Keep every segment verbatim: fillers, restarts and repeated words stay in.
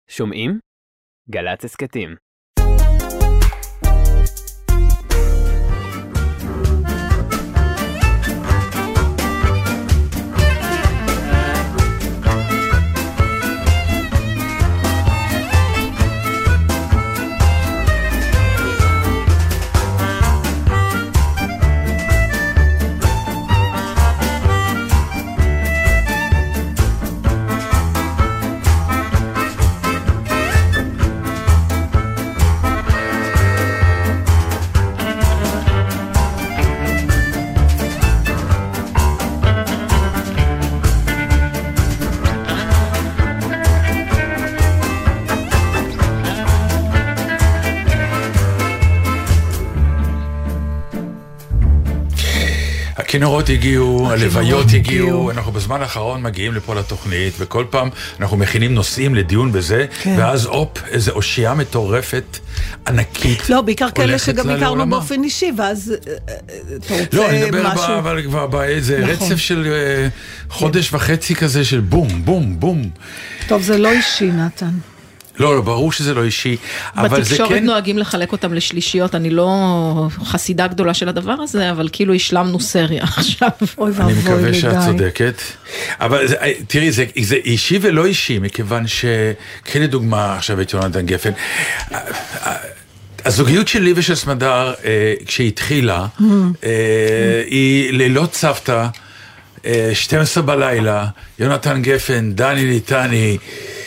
שומעים? גל"צ הסכתים. הכינורות הגיעו, הלוויות הגיעו, אנחנו בזמן האחרון מגיעים לפה לתוכנית, וכל פעם אנחנו מכינים נושאים לדיון בזה, ואז אופ, איזו אושייה מטורפת, ענקית. לא, בעיקר כאלה שגם הכרנו באופן אישי, ואז אתה רוצה משהו. לא, אני מדבר כבר באיזה רצף של חודש וחצי כזה של בום, בום, בום. טוב, זה לא אישי, נתן. לא, לא, ברור שזה לא אישי, אבל זה כן... בתקשורת נוהגים לחלק אותם לשלישיות, אני לא חסידה גדולה של הדבר הזה, אבל כאילו השלמנו סריה עכשיו. אוי ואבוי, אני מקווה לידי. שאת צודקת. אבל זה, תראי, זה, זה אישי ולא אישי, מכיוון ש... כן לדוגמה, עכשיו את יונתן גפן, הזוגיות שלי ושל סמדר, כשהיא התחילה, היא לילות סבתא, שתים עשרה בלילה, יונתן גפן, דני ליטני,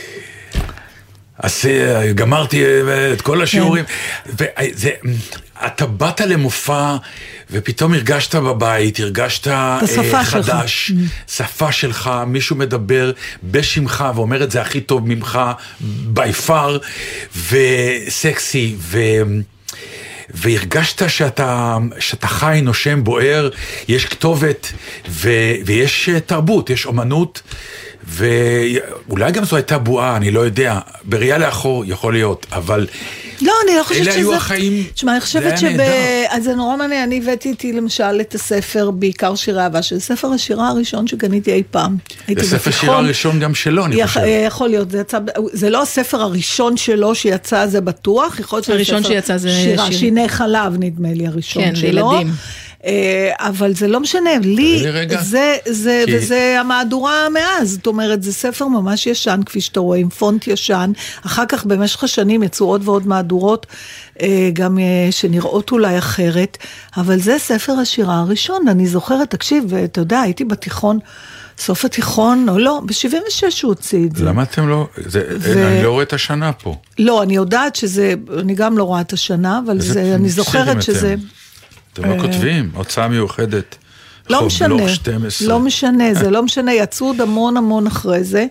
אז גמרתי את כל השיעורים, וזה, אתה באת למופע, ופתאום הרגשת בבית, הרגשת חדש, שפה שלך, מישהו מדבר בשמך, ואומר את זה הכי טוב ממך, by far, וסקסי, ו... והרגשת שאתה, שאתה חי, נושם, בוער, יש כתובת, ו... ויש תרבות, יש אומנות, ואולי גם זו הייתה בועה, אני לא יודע, בראייה לאחור יכול להיות, אבל לא, אני לא חושבת שזה... אלה היו החיים, תשמע, אני חושבת שב... אז זה נורא מעניין, אני הבאתי איתי למשל את הספר, בעיקר שירי אהבה, שזה ספר השירה הראשון שקניתי אי פעם. זה ספר שירה הראשון גם שלו, אני חושב. יכול להיות, זה יצא... זה לא הספר הראשון שלו שיצא, זה בטוח, יכול להיות הראשון שיצא זה שירה, שיני חלב, נדמה לי, הראשון שלו. כן, לילדים. אבל זה לא משנה, לי זה, זה, וזה המהדורה מאז, זאת אומרת, זה ספר ממש ישן, כפי שאתה רואה, עם פונט ישן, אחר כך במשך השנים יצאו עוד ועוד מהדורות, גם שנראות אולי אחרת, אבל זה ספר השירה הראשון, אני זוכרת, תקשיב, ואתה יודע, הייתי בתיכון, סוף התיכון, או לא, ב-שבעים ושש הוא הוציא את זה. למה אתם לא, זה, ו... אני לא רואה את השנה פה. לא, אני יודעת שזה, אני גם לא רואה את השנה, אבל זה, אני זוכרת שזה... אתם לא כותבים, הוצאה מיוחדת. לא משנה, לא משנה, זה לא משנה, יצאו עוד המון המון אחרי זה.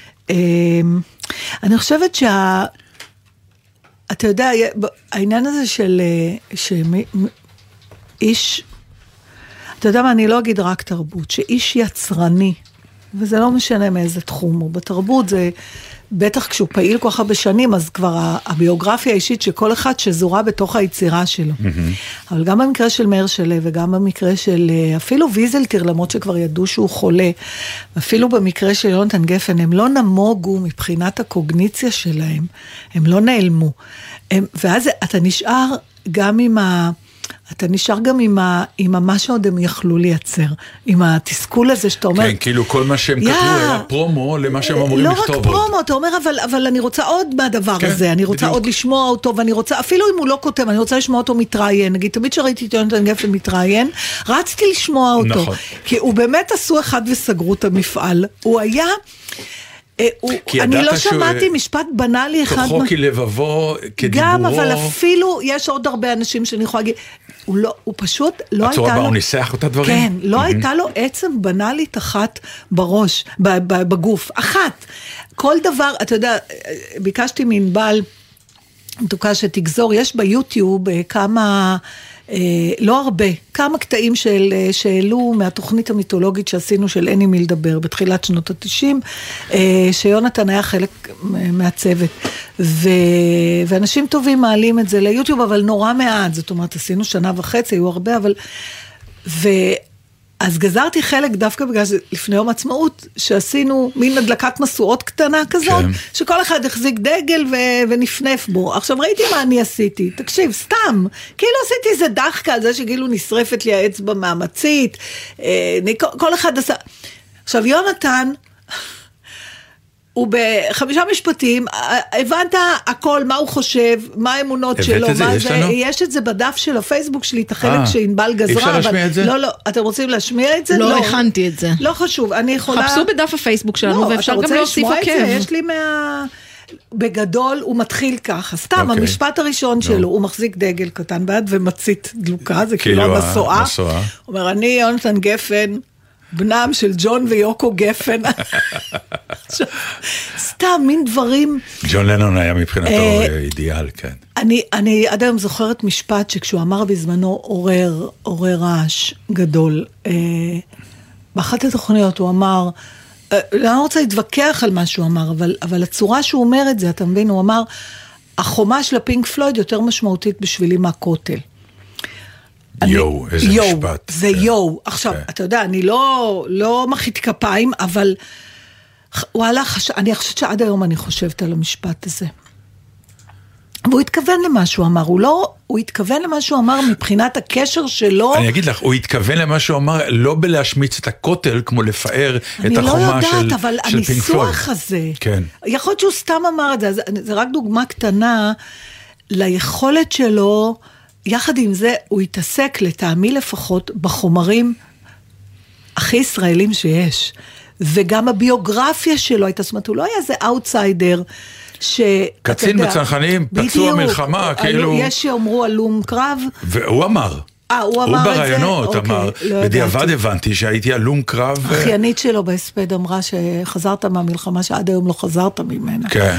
אני חושבת שה... אתה יודע, העניין הזה של איש, אתה יודע מה, אני לא אגיד רק תרבות, שאיש יצרני, וזה לא משנה מאיזה תחום הוא, בתרבות זה... בטח כשהוא פעיל כל כך הרבה שנים, אז כבר הביוגרפיה האישית שכל אחד שזורה בתוך היצירה שלו. Mm-hmm. אבל גם במקרה של מאיר שלו, וגם במקרה של אפילו ויזלטיר, למרות שכבר ידעו שהוא חולה, אפילו במקרה של יונתן גפן, הם לא נמוגו מבחינת הקוגניציה שלהם, הם לא נעלמו. הם, ואז אתה נשאר גם עם ה... אתה נשאר גם עם, ה, עם מה שעוד הם יכלו לייצר, עם התסכול הזה שאתה אומר... כן, כאילו כל מה שהם כתבו היה פרומו למה שהם אמורים לא לכתוב. לא רק פרומו, אתה אומר, אבל, אבל אני רוצה עוד מהדבר כן, הזה, אני רוצה בדיוק. עוד לשמוע אותו, ואני רוצה, אפילו אם הוא לא כותב, אני רוצה לשמוע אותו מתראיין, נגיד, תמיד שראיתי את יונתן גפן מתראיין, רצתי לשמוע אותו, נכון. כי הוא באמת עשו אחד וסגרו את המפעל, הוא היה... אני לא שמעתי משפט בנאלי אחד... כוחו כלבבו, כדיבורו... גם, אבל אפילו יש עוד הרבה אנשים שאני יכולה להגיד, הוא פשוט לא הייתה לו... הצורה בה הוא ניסח אותה דברים? כן, לא הייתה לו עצם בנאלית אחת בראש, בגוף, אחת. כל דבר, אתה יודע, ביקשתי מענבל, מתוקה שתגזור, יש ביוטיוב כמה... לא הרבה, כמה קטעים של, שאלו מהתוכנית המיתולוגית שעשינו של אין עם מי לדבר בתחילת שנות ה-תשעים, שיונתן היה חלק מהצוות, ו... ואנשים טובים מעלים את זה ליוטיוב, אבל נורא מעט, זאת אומרת, עשינו שנה וחצי, היו הרבה, אבל... ו... אז גזרתי חלק דווקא בגלל לפני יום עצמאות, שעשינו מין הדלקת מסורות קטנה כזאת, כן. שכל אחד החזיק דגל ו- ונפנף בו. עכשיו ראיתי מה אני עשיתי, תקשיב, סתם, כאילו עשיתי איזה דחקה על זה שגילו נשרפת לי האצבע מאמצית, אה, כל אחד עשה... עכשיו יונתן, הוא בחמישה משפטים, הבנת הכל, מה הוא חושב, מה האמונות שלו, זה, מה יש זה, לנו? יש את זה בדף של הפייסבוק שלי, את החלק שענבל גזרה. אי אפשר להשמיע את זה? לא, לא, אתם רוצים להשמיע את זה? לא, הכנתי את זה. לא חשוב, אני יכולה... חפשו בדף הפייסבוק שלנו, לא, ואפשר גם להוסיף עקב. יש לי מה... בגדול הוא מתחיל ככה, סתם, okay. המשפט הראשון no. שלו, הוא מחזיק דגל קטן ביד ומצית דלוקה, זה כאילו המסועה. הוא אומר, אני יונתן גפן, בנם של ג'ון ויוקו גפן. סתם, מין דברים... ג'ון לנון היה מבחינתו אידיאל, כן. אני, אני עד היום זוכרת משפט שכשהוא אמר בזמנו עורר, עורר רעש גדול. באחת התוכניות הוא אמר, לא רוצה להתווכח על מה שהוא אמר, אבל, אבל הצורה שהוא אומר את זה, אתה מבין, הוא אמר, החומה של הפינק פלויד יותר משמעותית בשבילי מהכותל. יו, איזה יו, משפט. זה כן. יו. עכשיו, כן. אתה יודע, אני לא, לא מחית כפיים, אבל וואלה, חש... אני חושבת שעד היום אני חושבת על המשפט הזה. והוא התכוון למה שהוא אמר, הוא לא, הוא התכוון למה שהוא אמר מבחינת הקשר שלו. אני אגיד לך, הוא התכוון למה שהוא אמר, לא בלהשמיץ את הכותל, כמו לפאר את החומה של, של פינק פלויד. אני לא יודעת, אבל הניסוח הזה, כן. יכול להיות שהוא סתם אמר את זה, זה, זה רק דוגמה קטנה ליכולת שלו, יחד עם זה, הוא התעסק לטעמי לפחות בחומרים הכי ישראלים שיש, וגם הביוגרפיה שלו הייתה, זאת אומרת, הוא לא היה איזה אאוטסיידר, ש... קצין בצנחנים, פצוע מלחמה, כאילו... יש שאומרו אלום קרב. והוא אמר. אה, הוא אמר את זה? הוא ברעיונות אמר, בדיעבד הבנתי שהייתי אלום קרב. אחיינית שלו בהספד אמרה שחזרת מהמלחמה, שעד היום לא חזרת ממנה. כן.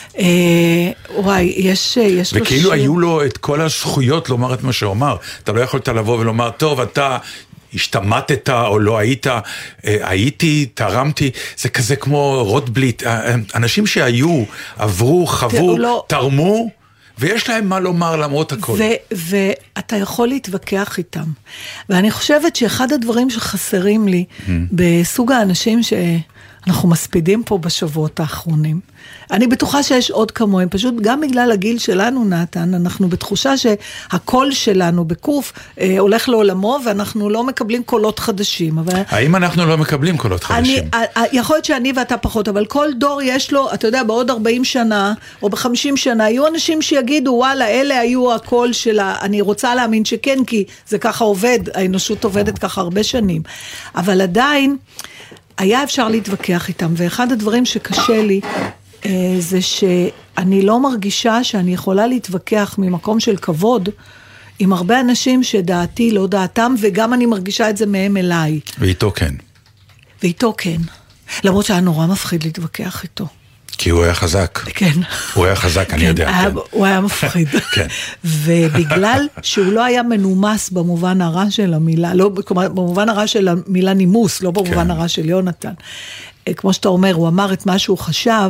וואי, יש לו שיר. וכאילו היו לו את כל הזכויות לומר את מה שאומר. אתה לא יכולת לבוא ולומר, טוב, אתה... השתמטת או לא היית, הייתי, תרמתי, זה כזה כמו רוטבליט, אנשים שהיו, עברו, חוו, לא... תרמו, ויש להם מה לומר למרות הכל. ו- ואתה יכול להתווכח איתם. ואני חושבת שאחד הדברים שחסרים לי, mm. בסוג האנשים שאנחנו מספידים פה בשבועות האחרונים, אני בטוחה שיש עוד כמוהם, פשוט גם בגלל הגיל שלנו, נתן, אנחנו בתחושה שהקול שלנו בקוף אה, הולך לעולמו, ואנחנו לא מקבלים קולות חדשים. אבל... האם אנחנו לא מקבלים קולות חדשים? אני, יכול להיות שאני ואתה פחות, אבל כל דור יש לו, אתה יודע, בעוד ארבעים שנה, או ב-חמישים שנה, יהיו אנשים שיגידו, וואלה, אלה היו הקול שלה, אני רוצה להאמין שכן, כי זה ככה עובד, האנושות עובדת ככה הרבה שנים. אבל עדיין, היה אפשר להתווכח איתם, ואחד הדברים שקשה לי, זה שאני לא מרגישה שאני יכולה להתווכח ממקום של כבוד עם הרבה אנשים שדעתי לא דעתם, וגם אני מרגישה את זה מהם אליי. ואיתו כן. ואיתו כן. למרות שהיה נורא מפחיד להתווכח איתו. כי הוא היה חזק. כן. הוא היה חזק, אני כן, יודע. היה, כן. הוא היה מפחיד. כן. ובגלל שהוא לא היה מנומס במובן הרע של המילה, לא, כלומר, במובן הרע של המילה נימוס, לא במובן כן. הרע של יונתן. כמו שאתה אומר, הוא אמר את מה שהוא חשב,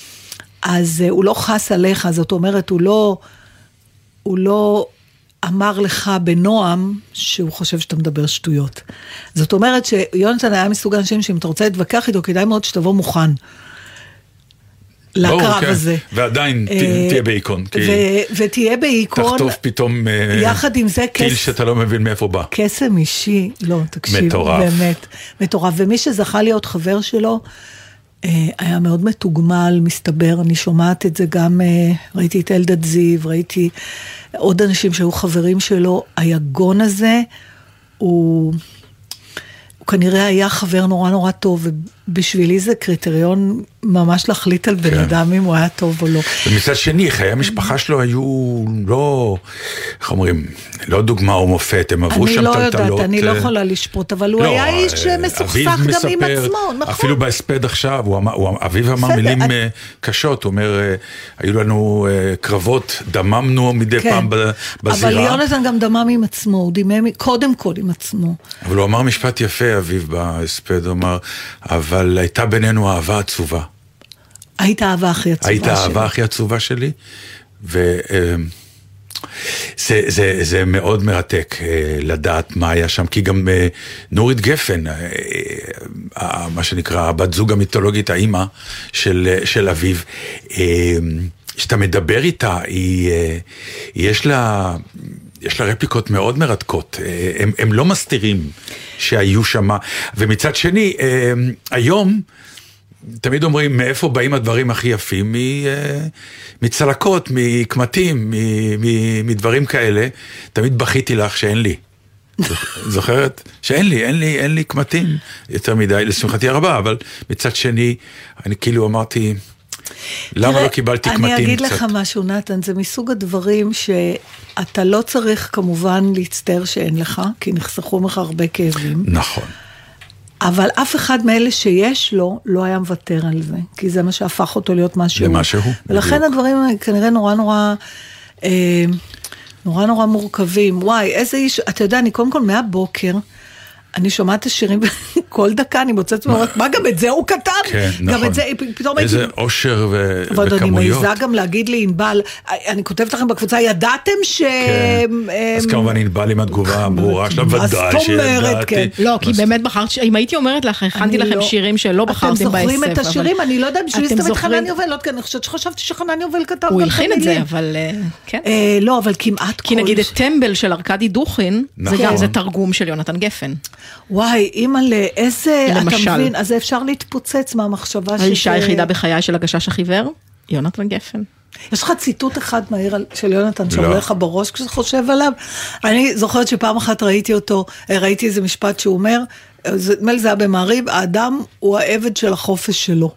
אז הוא לא חס עליך, זאת אומרת, הוא לא, הוא לא אמר לך בנועם שהוא חושב שאתה מדבר שטויות. זאת אומרת שיונתן היה מסוג האנשים שאם אתה רוצה להתווכח איתו, כדאי מאוד שתבוא מוכן לקרב הזה. ועדיין תהיה באיקון. ותהיה באיקון. תחטוף פתאום טיל שאתה לא מבין מאיפה בא. קסם אישי, לא, תקשיב. מטורף. באמת, מטורף. ומי שזכה להיות חבר שלו, היה מאוד מתוגמל, מסתבר, אני שומעת את זה גם, ראיתי את אלדד זיו, ראיתי עוד אנשים שהיו חברים שלו, היגון הזה, הוא, הוא כנראה היה חבר נורא נורא טוב, ובשבילי זה קריטריון ממש להחליט על בן אדם אם הוא היה טוב או לא. ומצד שני, חיי המשפחה שלו היו לא, איך אומרים, לא דוגמה או מופת, הם עברו שם טלטלות. אני לא יודעת, אני לא יכולה לשפוט, אבל הוא היה איש מסוכסך גם עם עצמו, נכון? אפילו בהספד עכשיו, אביו אמר מילים קשות, הוא אומר, היו לנו קרבות, דממנו מדי פעם בזירה. אבל יונתן גם דמם עם עצמו, הוא דימם קודם כל עם עצמו. אבל הוא אמר משפט יפה, אביו בהספד, הוא אמר, אבל הייתה בינינו אהבה עצובה. היית האהבה הכי עצובה שלי. היית האהבה הכי עצובה שלי, זה, זה, זה מאוד מרתק לדעת מה היה שם, כי גם נורית גפן, מה שנקרא, הבת זוג המיתולוגית, האמא של, של אביו, שאתה מדבר איתה, היא, יש לה, יש לה רפליקות מאוד מרתקות, הם, הם לא מסתירים שהיו שם, ומצד שני, היום, תמיד אומרים, מאיפה באים הדברים הכי יפים? מצלקות, מקמטים, מדברים כאלה. תמיד בכיתי לך שאין לי. זוכרת? שאין לי, אין לי, אין לי קמטים יותר מדי, לשמחתי הרבה, אבל מצד שני, אני כאילו אמרתי, למה לא קיבלתי קמטים קצת? אני אגיד לך משהו, נתן, זה מסוג הדברים שאתה לא צריך כמובן להצטער שאין לך, כי נחסכו לך הרבה כאבים. נכון. אבל אף אחד מאלה שיש לו, לא היה מוותר על זה, כי זה מה שהפך אותו להיות משהו. למשהו. ולכן בדיוק. הדברים כנראה נורא נורא, אה, נורא נורא מורכבים. וואי, איזה איש, אתה יודע, אני קודם כל מהבוקר, אני שומעת השירים, כל דקה אני מוצאת ואומרת, מה גם את זה הוא כתב? כן, נכון. גם את זה, פתאום הייתי... איזה אושר וכמויות. ועוד אני מעיזה גם להגיד לי, ענבל, אני כותבת לכם בקבוצה, ידעתם ש... אז כמובן ענבל עם התגובה הברורה שלה, ודאי שידעתי. לא, כי באמת בחרת, אם הייתי אומרת לך, הכנתי לכם שירים שלא בחרתם באסף. אתם זוכרים את השירים? אני לא יודעת, בשביל להסתובב את חנן יובל, לא אני חושבת שחשבתי שחנן יובל כתב הוא הלחין את זה, אבל כן. לא, אבל כמעט כל... כי נגיד את טמבל של ארקדי דוכין, זה תרגום של יונתן גפן. וואי, אימא לאיזה, אתה מבין, אז אפשר להתפוצץ מהמחשבה ש... האישה היחידה בחיי של הגשש החיוור, יונתן גפן. יש לך ציטוט אחד מהיר של יונתן שעולה לך בראש כשאתה חושב עליו? אני זוכרת שפעם אחת ראיתי אותו, ראיתי איזה משפט שהוא אומר, מל זה היה במעריב, האדם הוא העבד של החופש שלו.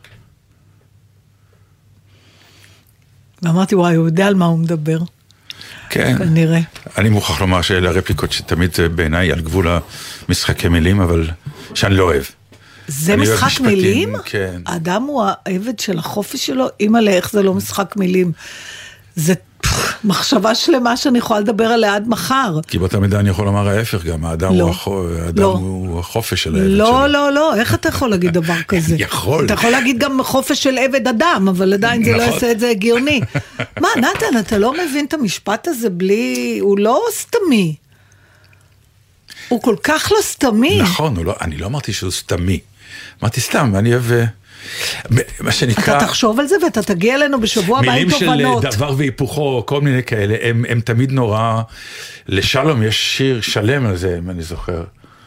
ואמרתי, וואי, הוא יודע על מה הוא מדבר. כן, כנראה. אני מוכרח לומר שאלה הרפליקות שתמיד בעיניי על גבול המשחקי מילים, אבל שאני לא אוהב. זה משחק מילים? כן. האדם הוא העבד של החופש שלו, אימא לאיך זה לא משחק מילים. זה מחשבה שלמה שאני יכולה לדבר עליה עד מחר. כי באותה מידה אני יכול לומר ההפך גם, האדם, לא. הוא, החו... האדם לא. הוא החופש של העבד לא, שלו. לא, לא, לא, איך אתה יכול להגיד דבר כזה? יכול. אתה יכול להגיד גם חופש של עבד אדם, אבל עדיין זה לא יעשה את זה הגיוני. מה, נתן, אתה לא מבין את המשפט הזה בלי, הוא לא סתמי. הוא כל כך לא סתמי. נכון, לא, אני לא אמרתי שהוא סתמי. אמרתי סתם, אני אוהב... מה שנקרא... אתה תחשוב על זה ואתה תגיע אלינו בשבוע הבא עם תובנות. מילים של דבר והיפוכו, כל מיני כאלה, הם, הם תמיד נורא... לשלום יש שיר שלם על זה, אם אני זוכר.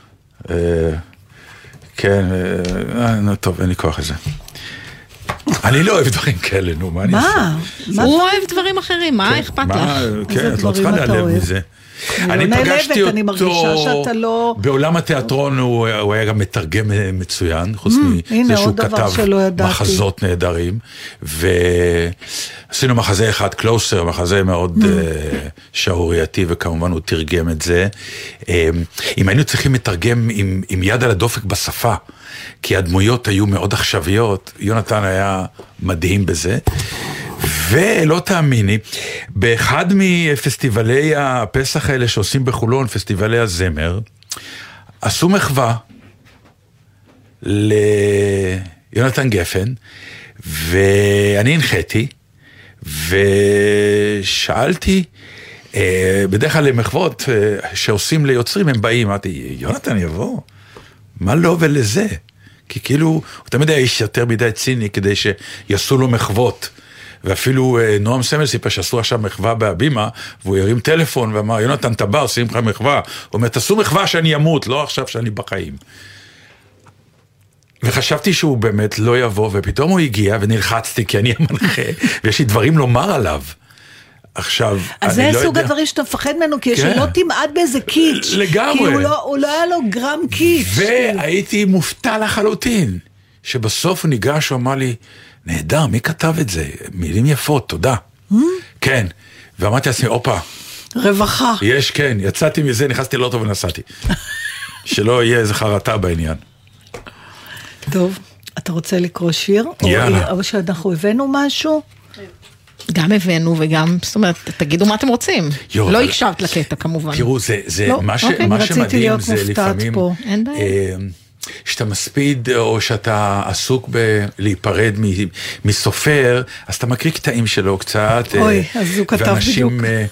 כן, טוב, אין לי כוח לזה. אני לא אוהב דברים כאלה, נו, מה אני עושה? הוא אוהב דברים אחרים, מה אכפת לך? כן, את לא צריכה להיעלב מזה. אני פגשתי אותו, בעולם התיאטרון הוא היה גם מתרגם מצוין, חוץ מזה שהוא כתב מחזות נהדרים, ועשינו מחזה אחד, קלוסר, מחזה מאוד שערורייתי, וכמובן הוא תרגם את זה. אם היינו צריכים לתרגם עם יד על הדופק בשפה, כי הדמויות היו מאוד עכשוויות, יונתן היה מדהים בזה, ולא תאמיני, באחד מפסטיבלי הפסח האלה שעושים בחולון, פסטיבלי הזמר, עשו מחווה ליונתן גפן, ואני הנחיתי, ושאלתי, בדרך כלל למחוות שעושים ליוצרים, הם באים, אמרתי, יונתן יבוא, מה לא ולזה? כי כאילו, הוא תמיד היה איש יותר מדי ציני, כדי שיעשו לו מחוות, ואפילו נועם סמל סיפר שעשו עכשיו מחווה בהבימה, והוא הרים טלפון ואמר, יונתן טבע, עושים לך מחווה. הוא אומר, תעשו מחווה שאני אמות, לא עכשיו שאני בחיים. וחשבתי שהוא באמת לא יבוא, ופתאום הוא הגיע ונלחצתי, כי אני המנחה, ויש לי דברים לומר עליו. עכשיו, אז זה סוג הדברים שאתה מפחד ממנו, כי שלא תמעד באיזה קיץ'. לגמרי. כי הוא לא היה לו גרם קיץ'. והייתי מופתע לחלוטין, שבסוף הוא ניגש, הוא אמר לי, נהדר, מי כתב את זה? מילים יפות, תודה. כן, ואמרתי לעצמי, אופה. רווחה. יש, כן, יצאתי מזה, נכנסתי לאוטו ונסעתי. שלא יהיה איזה חרטה בעניין. טוב, אתה רוצה לקרוא שיר? יאללה. או שאנחנו הבאנו משהו? גם הבאנו וגם, זאת אומרת, תגידו מה אתם רוצים. לא הקשבת לקטע כמובן. תראו, זה, מה שמדהים זה לפעמים... אין בעיה. שאתה מספיד או שאתה עסוק בלהיפרד מסופר, אז אתה מקריא קטעים שלו קצת. אוי, אז הוא כתב בדיוק. ואנשים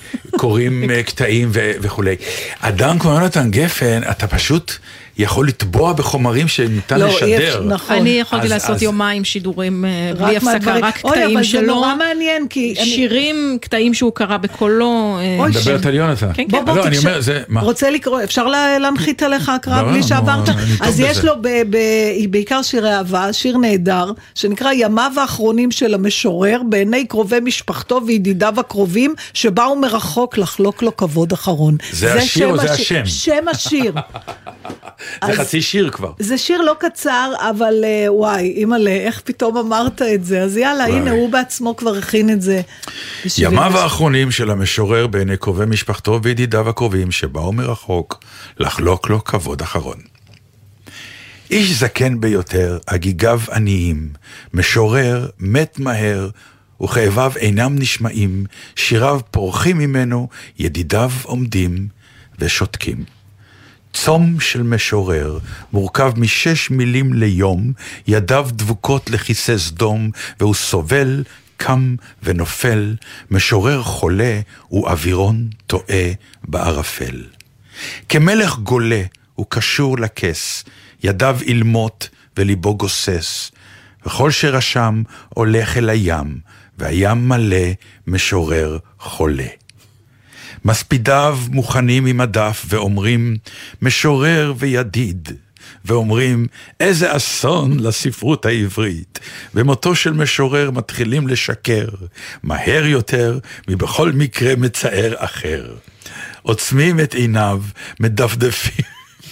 וקוראים קטעים וכולי. אדם כמו יונתן גפן, אתה פשוט יכול לטבוע בחומרים שניתן לא, לשדר. נכון. אני יכולתי אז- לעשות אז- יומיים שידורים אה, בלי הפסקה, מהדברים- רק אוי, קטעים אבל זה שלו, נורא מעניין, כי אני- שירים, קטעים שהוא קרא בקולו. אה, אוי, מדברת על יונתן. כן, בוא, כן. בוא, לא, אני תקשר- אומר, זה, מה? רוצה לקרוא, אפשר לה- להנחית עליך הקרב לא, בלי לא, שעברת? אני טוב אז יש בזה. לו, ב- ב- היא בעיקר שירי אהבה, שיר נהדר, שנקרא ימיו האחרונים של המשורר, בעיני קרובי משפחתו וידידיו הקרובים, שבאו מרחוק לחלוק לו כבוד אחרון. זה השיר או זה השם? שם השיר. זה אז- חצי שיר כבר. זה שיר לא קצר, אבל אה, וואי, אימא'לה, איך פתאום אמרת את זה? אז יאללה, וואי. הנה, הוא בעצמו כבר הכין את זה. ימיו האחרונים של המשורר בעיני קרובי משפחתו וידידיו הקרובים שבאו מרחוק לחלוק לו כבוד אחרון. איש זקן ביותר, הגיגיו עניים, משורר מת מהר, וכאביו אינם נשמעים, שיריו פורחים ממנו, ידידיו עומדים ושותקים. צום של משורר, מורכב משש מילים ליום, ידיו דבוקות לכיסא סדום, והוא סובל, קם ונופל, משורר חולה, ואווירון טועה בערפל. כמלך גולה, הוא קשור לכס, ידיו אילמות וליבו גוסס, וכל שרשם הולך אל הים, והים מלא משורר חולה. מספידיו מוכנים עם הדף ואומרים, משורר וידיד, ואומרים, איזה אסון לספרות העברית. במותו של משורר מתחילים לשקר, מהר יותר מבכל מקרה מצער אחר. עוצמים את עיניו, מדפדפים.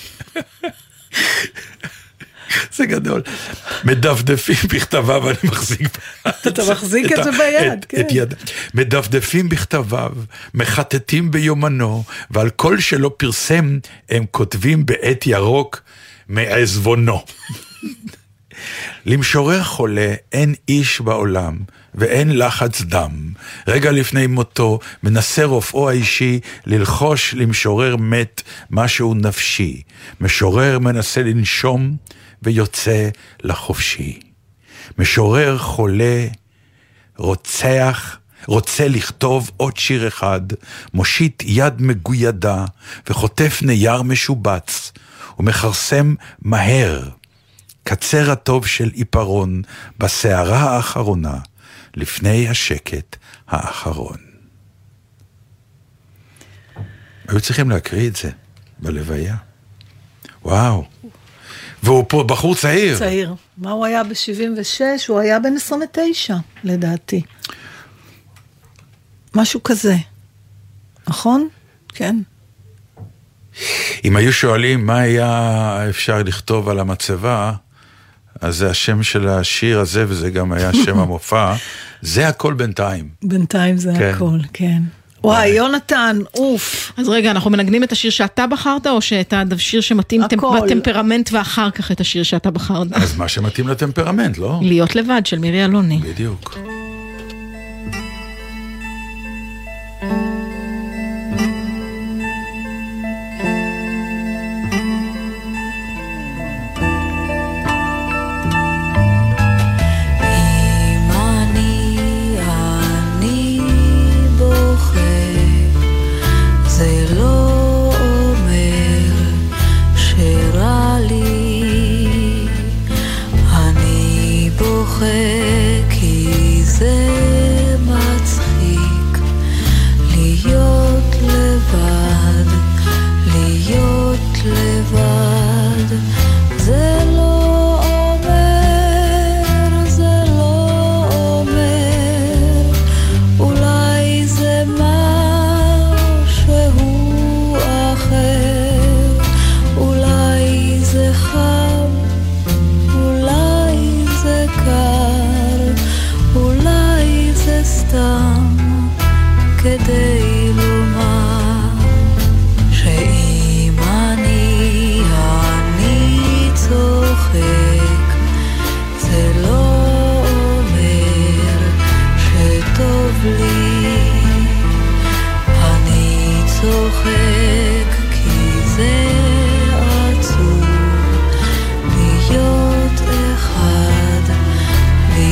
זה גדול. מדפדפים בכתביו, אני מחזיק... אתה מחזיק את זה ביד, כן. את יד. מדפדפים בכתביו, מחטטים ביומנו, ועל כל שלא פרסם, הם כותבים בעת ירוק מעזבונו. למשורר חולה אין איש בעולם, ואין לחץ דם. רגע לפני מותו, מנסה רופאו האישי ללחוש למשורר מת משהו נפשי. משורר מנסה לנשום ויוצא לחופשי. משורר חולה, רוצח, רוצה לכתוב עוד שיר אחד, מושיט יד מגוידה וחוטף נייר משובץ, ומחרסם מהר, קצר הטוב של עיפרון בסערה האחרונה, לפני השקט האחרון. היו צריכים להקריא את זה בלוויה. וואו. והוא פה בחור צעיר. צעיר. מה הוא היה ב-שבעים ושש? הוא היה בן עשרים ותשע, לדעתי. משהו כזה. נכון? כן. אם היו שואלים מה היה אפשר לכתוב על המצבה, אז זה השם של השיר הזה, וזה גם היה שם המופע. זה הכל בינתיים. בינתיים זה כן. הכל, כן. וואי, יונתן, אוף. אז רגע, אנחנו מנגנים את השיר שאתה בחרת, או שאת השיר שמתאים טמפ- הכל. בטמפרמנט, ואחר כך את השיר שאתה בחרת? אז מה שמתאים לטמפרמנט, לא? להיות לבד, של מירי אלוני. בדיוק. אם אני, אני בוכה, זה לא אומר שרע לי. אני בוכה כי זה מצחיק להיות לבד, להיות לבד. זה לא אומר, זה לא אומר, אולי זה משהו אחר, אולי זה חם, אולי זה קר, אולי זה סתם כדי לומר שאם אני, אני צוחק, זה לא אומר שטוב לי. אני צוחק כי זה עצוב להיות אחד,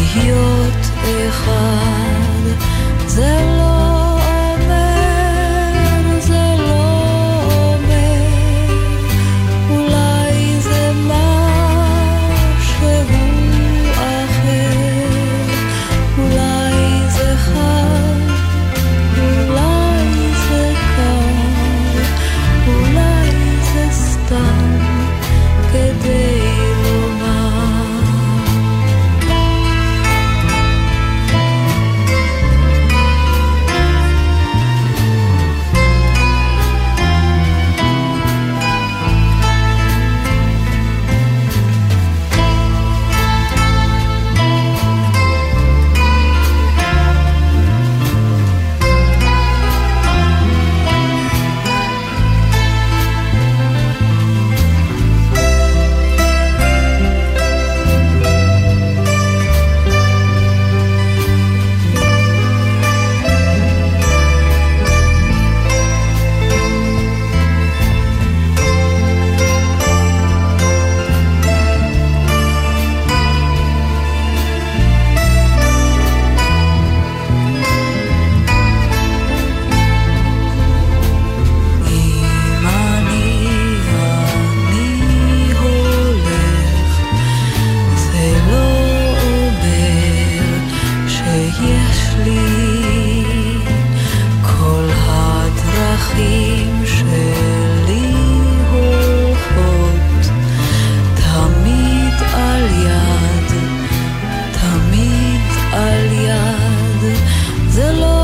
להיות אחד. זה לא אומר, ויש לי כל הדרכים שלי הולכות תמיד על יד, תמיד על יד. זה לא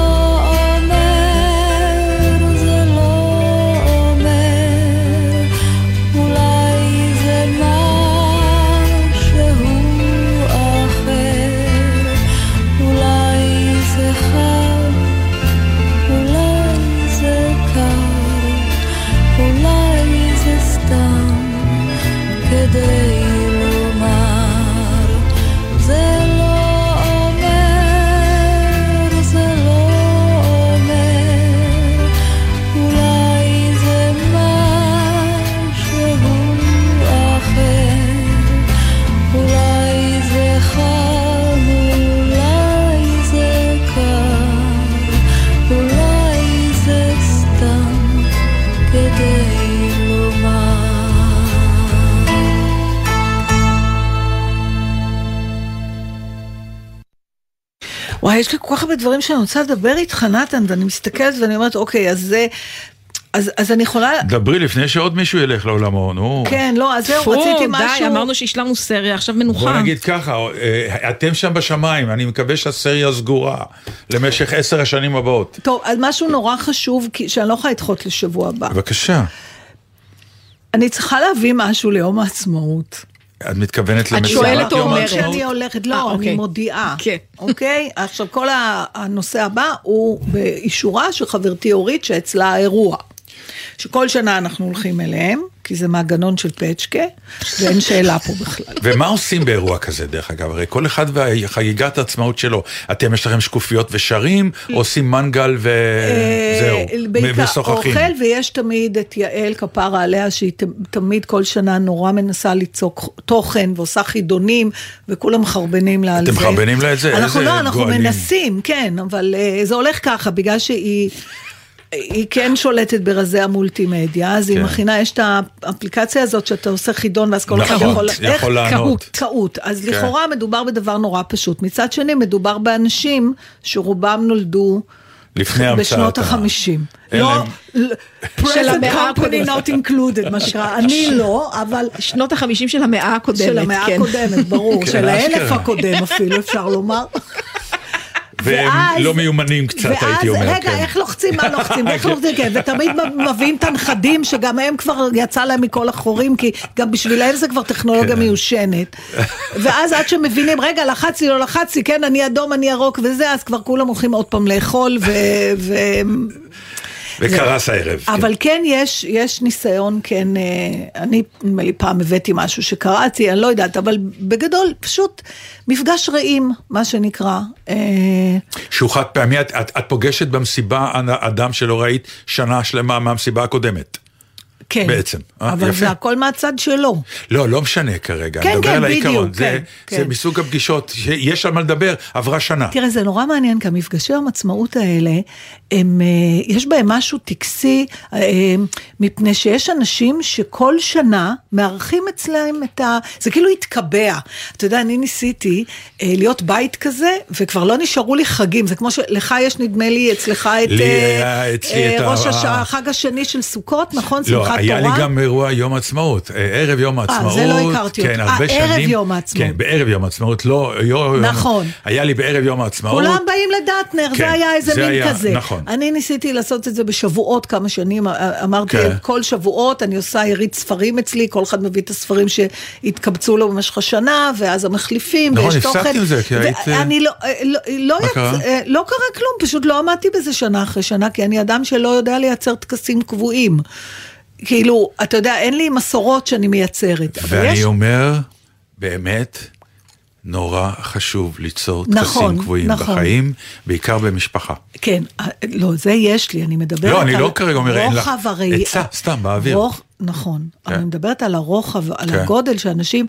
וואי, יש לי כל כך הרבה דברים שאני רוצה לדבר איתך, נתן, ואני מסתכלת ואני אומרת, אוקיי, אז זה, אז, אז אני יכולה... דברי לפני שעוד מישהו ילך לעולמו, נו. כן, לא, אז זהו, רציתי משהו... די, אמרנו שהשלמנו סריה, עכשיו מנוחה. בוא נגיד ככה, אתם שם בשמיים, אני מקווה שהסריה סגורה, למשך עשר השנים הבאות. טוב, אז משהו נורא חשוב, שאני לא יכולה לדחות לשבוע הבא. בבקשה. אני צריכה להביא משהו ליום העצמאות. את מתכוונת למסיבת יום העצמאות? את אומרת שאני הולכת, לא, אני מודיעה. כן. אוקיי? עכשיו, כל הנושא הבא הוא באישורה של חברתי אורית, שאצלה האירוע. שכל שנה אנחנו הולכים אליהם, כי זה מהגנון של פצ'קה, ואין שאלה פה בכלל. ומה עושים באירוע כזה, דרך אגב? הרי כל אחד והחגיגת העצמאות שלו. אתם יש לכם שקופיות ושרים, עושים מנגל וזהו, ושוחחים. אוכל, ויש תמיד את יעל כפרה עליה, שהיא תמיד כל שנה נורא מנסה ליצוק תוכן, ועושה חידונים, וכולם מחרבנים לה על זה. אתם מחרבנים לה את זה? אנחנו לא, אנחנו מנסים, כן, אבל זה הולך ככה, בגלל שהיא... היא כן שולטת ברזי המולטימדיה, אז היא מכינה, יש את האפליקציה הזאת שאתה עושה חידון, ואז כל אחד יכול... יכול לענות. קהות. אז לכאורה מדובר בדבר נורא פשוט. מצד שני, מדובר באנשים שרובם נולדו בשנות החמישים. לא, present company not included, מה שקרה. אני לא, אבל... שנות החמישים של המאה הקודמת. של המאה הקודמת, ברור. של האלף הקודם אפילו, אפשר לומר. והם לא מיומנים קצת, הייתי אומר. רגע, איך לוחצים, מה לוחצים, איך לוחצים, כן, ותמיד מביאים את הנכדים, שגם הם כבר יצא להם מכל החורים, כי גם בשבילהם זה כבר טכנולוגיה מיושנת. ואז עד שמבינים, רגע, לחצי, לא לחצי, כן, אני אדום, אני ירוק וזה, אז כבר כולם הולכים עוד פעם לאכול, ו... וקרס הערב. אבל כן, יש, יש ניסיון, כן, אני פעם הבאתי משהו שקראתי, אני לא יודעת, אבל בגדול, פשוט מפגש רעים, מה שנקרא. שהוא חד פעמי, את, את פוגשת במסיבה אדם שלא ראית שנה שלמה מהמסיבה הקודמת. כן, בעצם. אבל יפה. זה הכל מהצד שלו. לא, לא משנה כרגע. כן, כן, בדיוק. זה, כן, זה כן. מסוג הפגישות, שיש על מה לדבר, עברה שנה. תראה, זה נורא מעניין, כי המפגשי העצמאות האלה, הם, יש בהם משהו טקסי, מפני שיש אנשים שכל שנה מארחים אצלהם את ה... זה כאילו התקבע. אתה יודע, אני ניסיתי להיות בית כזה, וכבר לא נשארו לי חגים. זה כמו שלך יש, נדמה לי, אצלך את, לי, ראש השעה, החג השני של סוכות, נכון? לא, היה לי גם אירוע יום העצמאות, ערב יום העצמאות. אה, זה לא הכרתי כן, אותו. הרבה ערב שנים, יום העצמאות. כן, בערב יום העצמאות, לא, יום, נכון. היה לי בערב יום העצמאות. כולם באים לדאטנר, כן, זה היה איזה זה מין היה, כזה. נכון. אני ניסיתי לעשות את זה בשבועות כמה שנים, אמרתי, כן. כל שבועות אני עושה יריד ספרים אצלי, כל אחד מביא את הספרים שהתקבצו לו במשך השנה, ואז המחליפים, נכון, ויש תוכן. הפסקתי עם זה, כי היית... אני לא, לא, לא, יצ... קרה? לא קרה כלום, פשוט לא עמדתי בזה שנה אחרי שנה, כי אני אדם שלא יודע לייצר טקסים קבועים. כאילו, אתה יודע, אין לי מסורות שאני מייצרת. ואני יש... אומר, באמת, נורא חשוב ליצור נכון, טקסים קבועים נכון. בחיים, בעיקר במשפחה. כן, לא, זה יש לי, אני מדברת לא, על אני לא כרגע אומר, אין לך, רוחב הראי... עצה, סתם, באוויר. רוח, נכון, כן. אני מדברת על הרוחב, על כן. הגודל שאנשים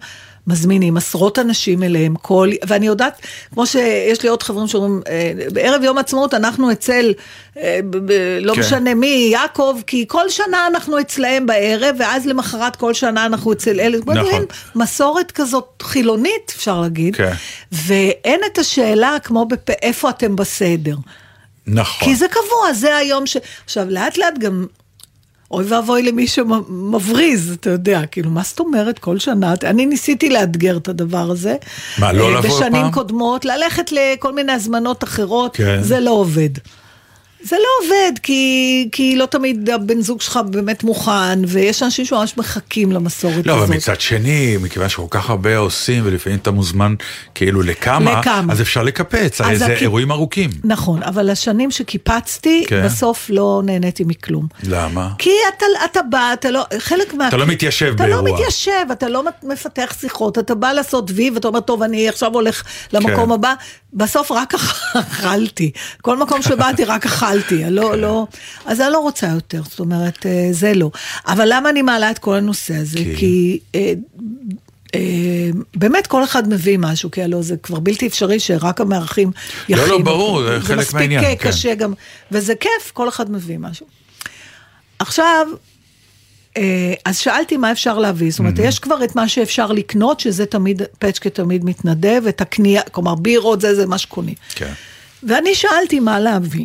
מזמינים עשרות אנשים אליהם, כל, ואני יודעת, כמו שיש לי עוד חברים שאומרים, בערב יום עצמאות אנחנו אצל, לא כן. משנה מי, יעקב, כי כל שנה אנחנו אצלהם בערב, ואז למחרת כל שנה אנחנו אצל אלה, נכון. מסורת כזאת חילונית, אפשר להגיד, כן. ואין את השאלה כמו בפ... איפה אתם בסדר. נכון. כי זה קבוע, זה היום ש... עכשיו, לאט לאט גם... אוי ואבוי למי שמבריז, אתה יודע, כאילו, מה זאת אומרת כל שנה? אני ניסיתי לאתגר את הדבר הזה. מה, לא לבוא פעם? בשנים קודמות, ללכת לכל מיני הזמנות אחרות, כן. זה לא עובד. זה לא עובד, כי, כי לא תמיד הבן זוג שלך באמת מוכן, ויש אנשים שממש מחכים למסורת לא, הזאת. אבל מצד שני, מכיוון שכל כך הרבה עושים, ולפעמים אתה מוזמן כאילו לכמה, לכמה. אז אפשר לקפץ, הרי זה הכ... אירועים ארוכים. נכון, אבל השנים שקיפצתי, כן. בסוף לא נהניתי מכלום. למה? כי אתה, אתה בא, אתה לא, חלק מה... אתה לא מתיישב אתה באירוע. אתה לא מתיישב, אתה לא מפתח שיחות, אתה בא לעשות וי, ואתה אומר, טוב, אני עכשיו הולך למקום כן. הבא, בסוף רק אכלתי. כל מקום שבאתי רק אכלתי. לא, לא, אז אני לא רוצה יותר, זאת אומרת, זה לא. אבל למה אני מעלה את כל הנושא הזה? כי אה, אה, באמת כל אחד מביא משהו, כי הלוא זה כבר בלתי אפשרי שרק המארחים יכינו. לא, לא, ברור, זה חלק מהעניין. זה מספיק קשה גם, וזה כיף, כל אחד מביא משהו. עכשיו, אז שאלתי מה אפשר להביא, זאת אומרת, יש כבר את מה שאפשר לקנות, שזה תמיד, פצ'קה תמיד מתנדב, את הקנייה, כלומר, בירות, זה, זה מה שקוני. כן. ואני שאלתי מה להביא.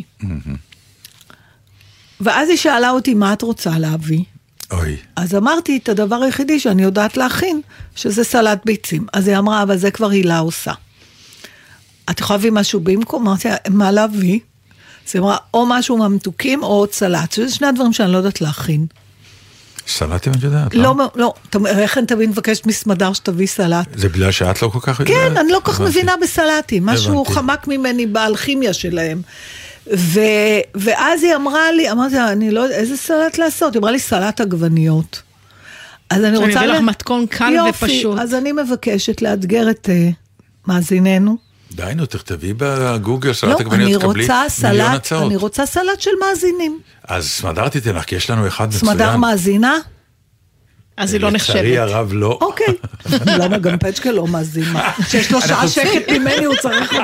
ואז היא שאלה אותי, מה את רוצה להביא? אוי. אז אמרתי, את הדבר היחידי שאני יודעת להכין, שזה סלט ביצים. אז היא אמרה, אבל זה כבר הילה עושה. את יכולה להביא משהו במקום? אמרתי, מה להביא? אז היא אמרה, או משהו מהמתוקים, או עוד סלט. שזה שני הדברים שאני לא יודעת להכין. סלטים את יודעת? לא, לא. איך אני תמיד מבקשת מסמדר שתביא סלט? זה בגלל שאת לא כל כך יודעת? כן, אני לא כל כך מבינה בסלטים. משהו חמק ממני באלכימיה שלהם. ו... ואז היא אמרה לי, אמרתי, אני לא יודעת, איזה סלט לעשות? היא אמרה לי, סלט עגבניות. אז אני רוצה... אני אביא לך מתכון קל ופשוט. יופי, אז אני מבקשת לאתגר את uh, מאזיננו. די, נו, תכתבי בגוגל סלט עגבניות, תקבלי מיליון הצעות. אני רוצה סלט של מאזינים. אז סמדר תיתן לך, כי יש לנו אחד מצוין. סמדר מאזינה? אז היא לא נחשבת. לצערי הרב לא. אוקיי. למה גם פצ'קה לא מאזינה? שיש לו שעה שקט ממני, הוא צריך...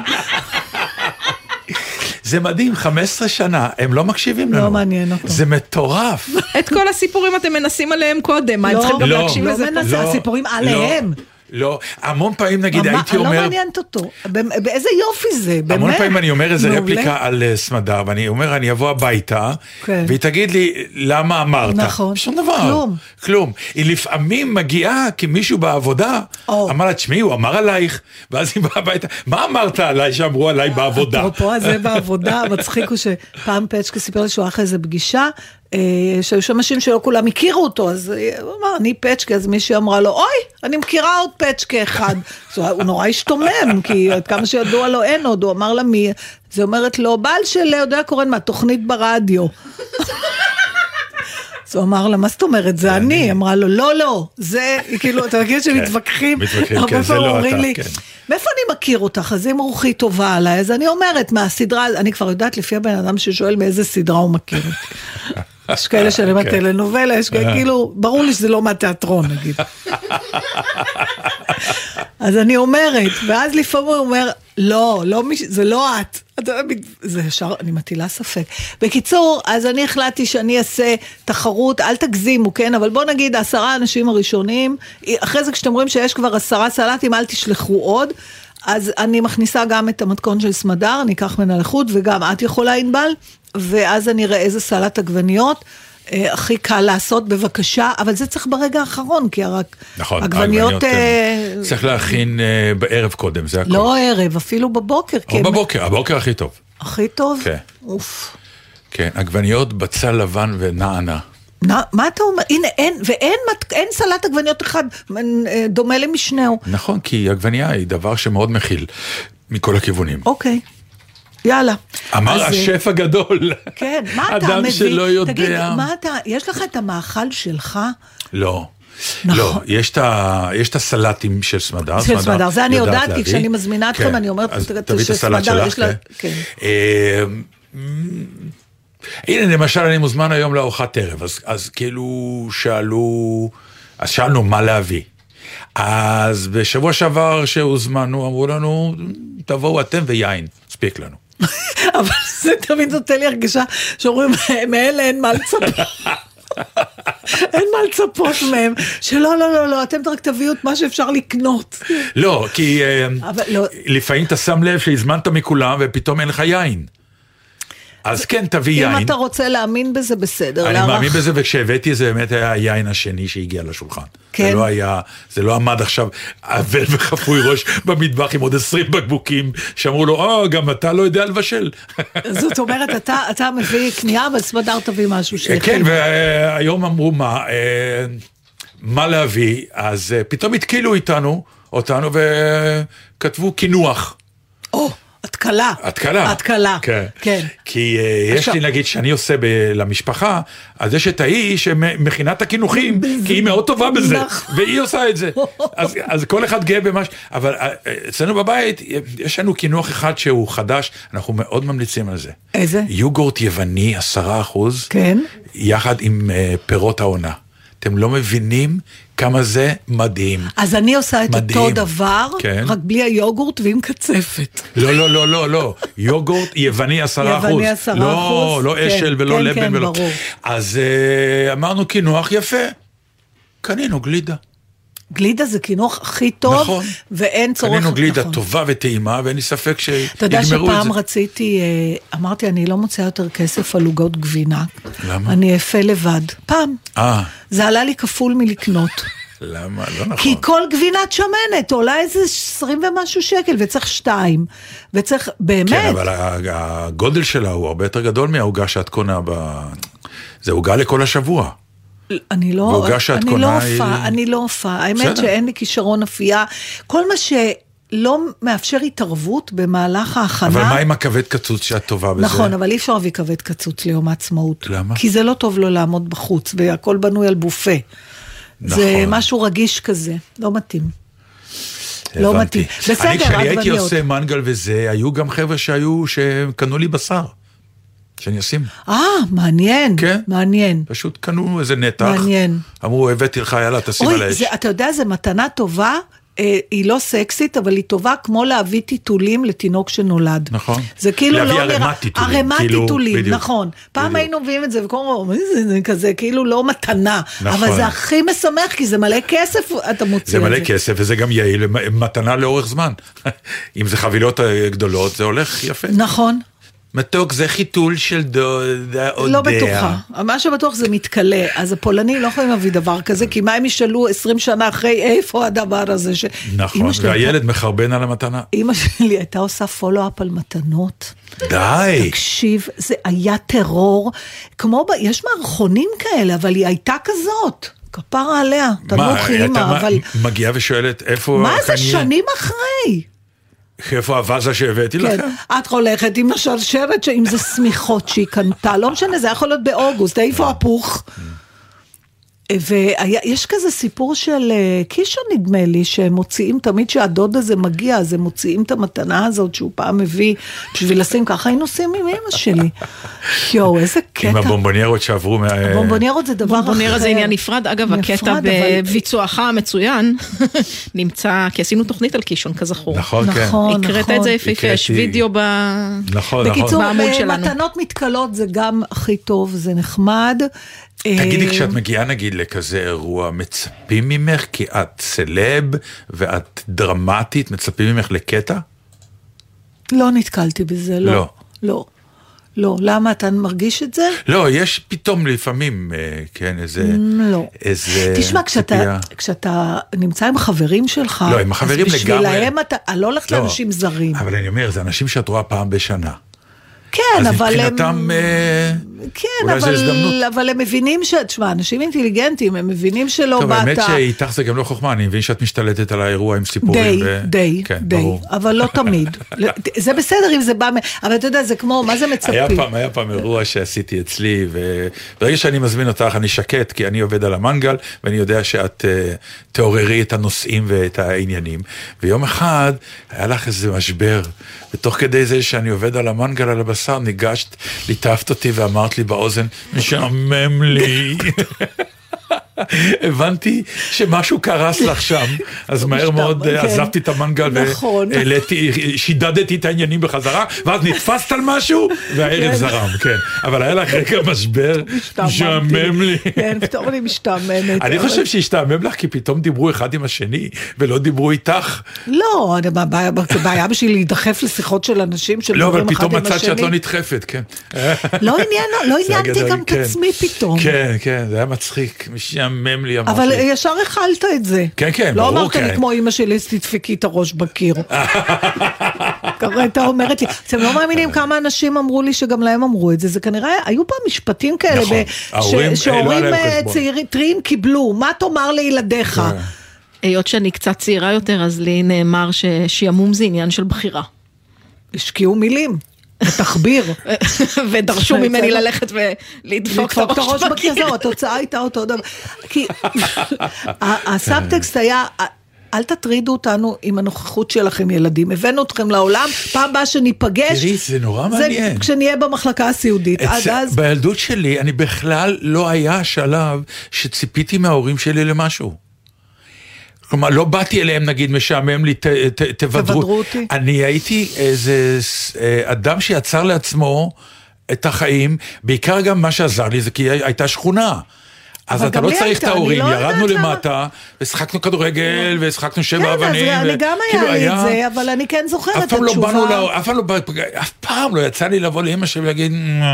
זה מדהים, חמש עשרה שנה, הם לא מקשיבים לנו. לא מעניין אותו. זה מטורף. את כל הסיפורים אתם מנסים עליהם קודם, מה הם צריכים גם להקשיב לזה? לא מנסה, הסיפורים עליהם. לא, המון פעמים נגיד הייתי אומר... לא מעניינת אותו, באיזה יופי זה, באמת. המון פעמים אני אומר איזה רפליקה על סמדר, ואני אומר, אני אבוא הביתה, והיא תגיד לי, למה אמרת? נכון. שום דבר. כלום. כלום. היא לפעמים מגיעה, כי מישהו בעבודה, אמר לה, תשמעי, הוא אמר עלייך, ואז היא באה הביתה, מה אמרת עליי שאמרו עליי בעבודה? אפרופו הזה בעבודה, מצחיק הוא שפעם פצ'קה סיפר לי שהוא אחרי איזה פגישה, שהיו שם אנשים שלא כולם הכירו אותו, אז הוא אמר, אני פצ'קה, אז מישהי אמרה לו, אוי, אני מכירה עוד פצ'קה אחד. הוא נורא השתומם, כי עד כמה שידוע לו אין עוד, הוא אמר לה מי, זה אומרת לו, בעל של יודע קורן מה, תוכנית ברדיו. אז הוא אמר לה, מה זאת אומרת, זה אני? אמרה לו, לא, לא, זה, כאילו, אתה מכיר שמתווכחים, הרבה פעמים אומרים לי, מאיפה אני מכיר אותך? אז אם רוחי טובה עליי, אז אני אומרת, מהסדרה, אני כבר יודעת לפי הבן אדם ששואל מאיזה סדרה הוא מכיר אותי. יש כאלה שאני מהטלנובלה, יש כאלה, כאילו, ברור לי שזה לא מהתיאטרון, נגיד. אז אני אומרת, ואז לפעמים הוא אומר, לא, זה לא את. זה ישר, אני מטילה ספק. בקיצור, אז אני החלטתי שאני אעשה תחרות, אל תגזימו, כן? אבל בוא נגיד, עשרה אנשים הראשונים, אחרי זה כשאתם רואים שיש כבר עשרה סלטים, אל תשלחו עוד. אז אני מכניסה גם את המתכון של סמדר, אני אקח מן הלחות, וגם את יכולה ענבל, ואז אני אראה איזה סלט עגבניות, אה, הכי קל לעשות, בבקשה, אבל זה צריך ברגע האחרון, כי רק נכון, עגבניות... אה, צריך להכין אה, בערב קודם, זה הכל. לא ערב, אפילו בבוקר. או כן. בבוקר, הבוקר הכי טוב. הכי טוב? כן. אוף. כן, עגבניות בצל לבן ונענה. מה אתה אומר? הנה, אין, ואין אין סלט עגבניות אחד דומה למשנהו. נכון, כי עגבניה היא דבר שמאוד מכיל מכל הכיוונים. אוקיי, יאללה. אמר השף הגדול. כן, מה אתה מביא? אדם שלא יודע. תגיד, מה אתה, יש לך את המאכל שלך? לא. לא, יש את הסלטים של סמדר. של סמדר, זה אני יודעת, כי כשאני מזמינה אתכם, אני אומרת, תביא את הסלט שלך, כן. הנה, למשל, אני מוזמן היום לארוחת ערב, אז, אז כאילו שאלו, אז שאלנו מה להביא. אז בשבוע שעבר שהוזמנו, אמרו לנו, תבואו אתם ויין, ספיק לנו. אבל זה תמיד נותן לי הרגשה שאומרים, מאלה אין מה לצפות. אין מה לצפות מהם, שלא, לא, לא, לא, אתם רק תביאו את מה שאפשר לקנות. לא, כי לפעמים אתה שם לב שהזמנת מכולם ופתאום אין לך יין. אז כן, תביא יין. אם אתה רוצה להאמין בזה, בסדר. אני מאמין בזה, וכשהבאתי זה באמת היה היין השני שהגיע לשולחן. כן. זה לא היה, זה לא עמד עכשיו אבל וחפוי ראש במטבח עם עוד עשרים בקבוקים, שאמרו לו, אה, גם אתה לא יודע לבשל. זאת אומרת, אתה, אתה מביא קנייה, אבל סמדר תביא משהו שלכם. כן, והיום אמרו מה, מה להביא, אז פתאום התקילו איתנו, אותנו, וכתבו כינוח. או. התקלה. התקלה. התקלה. כן. כן. כי יש לי נגיד שאני עושה למשפחה, אז יש את ההיא שמכינה את הכינוחים, כי היא מאוד טובה בזה, והיא עושה את זה. אז כל אחד גאה במשהו, אבל אצלנו בבית יש לנו כינוח אחד שהוא חדש, אנחנו מאוד ממליצים על זה. איזה? יוגורט יווני, עשרה אחוז, כן. יחד עם פירות העונה. אתם לא מבינים כמה זה מדהים. אז אני עושה את מדהים. אותו דבר, כן. רק בלי היוגורט ועם קצפת. לא, לא, לא, לא, לא. יוגורט יווני עשרה אחוז. יווני עשרה אחוז. לא, לא כן, אשל ולא כן, לבן כן, ולא. ברור. אז uh, אמרנו כינוח יפה. קנינו גלידה. גלידה זה כינוח הכי טוב, נכון. ואין צורך. קנינו גלידה נכון. טובה וטעימה, ואין לי ספק שיגמרו את זה. אתה יודע שפעם רציתי, אמרתי, אני לא מוצאה יותר כסף על עוגות גבינה. למה? אני אפה לבד. פעם. אה. זה עלה לי כפול מלקנות. למה? לא נכון. כי כל גבינת שמנת עולה איזה עשרים ומשהו שקל, וצריך שתיים. וצריך, באמת. כן, אבל הגודל שלה הוא הרבה יותר גדול מהעוגה שאת קונה ב... זה עוגה לכל השבוע. אני לא, אני לא אופה, היא... אני לא אופה. האמת בסדר. שאין לי כישרון אפייה. כל מה שלא מאפשר התערבות במהלך ההכנה. אבל מה עם הכבד קצוץ שאת טובה בזה? נכון, אבל אי אפשר להביא כבד קצוץ ליום העצמאות. למה? כי זה לא טוב לו לעמוד בחוץ, והכל בנוי על בופה. נכון. זה משהו רגיש כזה, לא מתאים. לא מתאים. בסדר, אני כשאני הייתי עגבניות. עושה מנגל וזה, היו גם חבר'ה שהיו, שקנו לי בשר. שאני אשים. אה, מעניין, כן. מעניין. פשוט קנו איזה נתח. מעניין. אמרו, הבאתי לך, יאללה, תשים על אוי, האש. זה, אתה יודע, זה מתנה טובה, אה, היא לא סקסית, אבל היא טובה כמו להביא טיטולים לתינוק שנולד. נכון. זה כאילו להביא לא ערימת נראה... טיטולים. ערימת כאילו, טיטולים, בדיוק. נכון. פעם בדיוק. היינו מביאים את זה, וקוראים, זה, זה כזה, כאילו לא מתנה. נכון. אבל זה הכי משמח, כי זה מלא כסף, אתה מוציא את זה. זה מלא כסף, וזה גם יעיל, מתנה לאורך זמן. אם זה חבילות גדולות, זה הולך יפה. נכון. מתוק זה חיתול של דודה אודיה. לא בטוחה. מה שבטוח זה מתקלה. אז הפולנים לא יכולים להביא דבר כזה, כי מה הם ישאלו עשרים שנה אחרי איפה הדבר הזה? ש... נכון, והילד מחרבן על המתנה. אמא שלי הייתה עושה פולו-אפ על מתנות. די. תקשיב, זה היה טרור. כמו, ב... יש מערכונים כאלה, אבל היא הייתה כזאת. כפרה עליה. תנוח אימא, אבל... מגיעה ושואלת איפה... מה זה שנים אחרי? איפה הוואזה שהבאתי לכם? את הולכת עם השרשרת, עם זה סמיכות שהיא קנתה, לא משנה, זה יכול להיות באוגוסט, איפה הפוך? ויש כזה סיפור של קישון נדמה לי, שהם מוציאים תמיד שהדוד הזה מגיע, אז הם מוציאים את המתנה הזאת שהוא פעם מביא, בשביל לשים ככה, היינו עושים עם אמא שלי. יואו, איזה קטע. עם הבומבוניירות שעברו. הבומבוניירות זה דבר אחר. בומבוניירה זה עניין נפרד, אגב, הקטע בביצועך המצוין, נמצא, כי עשינו תוכנית על קישון כזכור. נכון, כן. נכון, הקראת את זה יפה, יש וידאו בעמוד שלנו. מתנות מתקלות זה גם הכי טוב, זה נחמד. תגידי, כשאת מגיעה נגיד לכזה אירוע, מצפים ממך, כי את סלב ואת דרמטית, מצפים ממך לקטע? לא נתקלתי בזה, לא. לא. לא. לא. למה אתה מרגיש את זה? לא, יש פתאום לפעמים, כן, איזה... לא. איזה תשמע, כשאתה, כשאתה נמצא עם חברים שלך, לא, עם החברים לגמרי. אז בשבילהם אתה, אני לא הולכת לא, לאנשים זרים. אבל אני אומר, זה אנשים שאת רואה פעם בשנה. כן, אבל הם... אז מבחינתם, כן, אולי זה הזדמנות. אבל הם מבינים ש... תשמע, אנשים אינטליגנטים, הם מבינים שלא טוב, באת... טוב, האמת שאיתך זה גם לא חוכמה, אני מבין שאת משתלטת על האירוע עם סיפורים. די, ו... די, כן, די, ברור. אבל לא תמיד. זה בסדר אם זה בא... אבל אתה יודע, זה כמו, מה זה מצפים? היה פעם, היה פעם אירוע שעשיתי אצלי, וברגע שאני מזמין אותך, אני שקט, כי אני עובד על המנגל, ואני יודע שאת uh, תעוררי את הנושאים ואת העניינים. ויום אחד, היה לך איזה משבר, ותוך כדי זה שאני עובד על המנגל, על הבשר, ניגשת, ליטפת אותי ואמרת לי באוזן, משעמם לי. הבנתי שמשהו קרס לך שם, אז מהר מאוד עזבתי את המנגל, ושידדתי את העניינים בחזרה, ואז נתפסת על משהו, והערב זרם, כן. אבל היה לך רגע משבר, משעמם לי. כן, פתאום אני משתעממת. אני חושב שהשתעמם לך, כי פתאום דיברו אחד עם השני, ולא דיברו איתך. לא, בעיה בשביל להידחף לשיחות של אנשים, לא, אבל פתאום מצאת שאת לא נדחפת, כן. לא עניינתי גם את עצמי פתאום. כן, כן, זה היה מצחיק, משעמם לי. אבל ישר אכלת את זה. כן, כן, לא ברור, אמרת לי כמו אמא שלי, תדפקי את הראש בקיר. ככה הייתה אומרת לי, אתם לא מאמינים כמה אנשים אמרו לי שגם להם אמרו את זה, זה כנראה, היו פעם משפטים כאלה, שהורים צעירים קיבלו, מה תאמר לילדיך? היות שאני קצת צעירה יותר, אז לי נאמר ששיעמום זה עניין של בחירה. השקיעו מילים. תחביר. ודרשו ממני ללכת ולדפוק את הראש בקיר. זהו, התוצאה הייתה אותו דבר. כי הסאבטקסט היה, אל תטרידו אותנו עם הנוכחות שלכם ילדים, הבאנו אתכם לעולם, פעם באה שניפגש. תראי, זה נורא מעניין. זה כשנהיה במחלקה הסיעודית. בילדות שלי, אני בכלל לא היה שלב שציפיתי מההורים שלי למשהו. כלומר, לא באתי אליהם, נגיד, משעמם לי, ת, ת, תבדרו אותי. אני הייתי איזה אדם שיצר לעצמו את החיים, בעיקר גם מה שעזר לי, זה כי הייתה שכונה. אז אתה לא צריך את ההורים, ירדנו למטה, ושחקנו כדורגל, ושחקנו שבע אבנים. כן, אני גם היה לי את זה, אבל אני כן זוכרת את התשובה. אף פעם לא יצא לי לבוא לאמא שלי ולהגיד,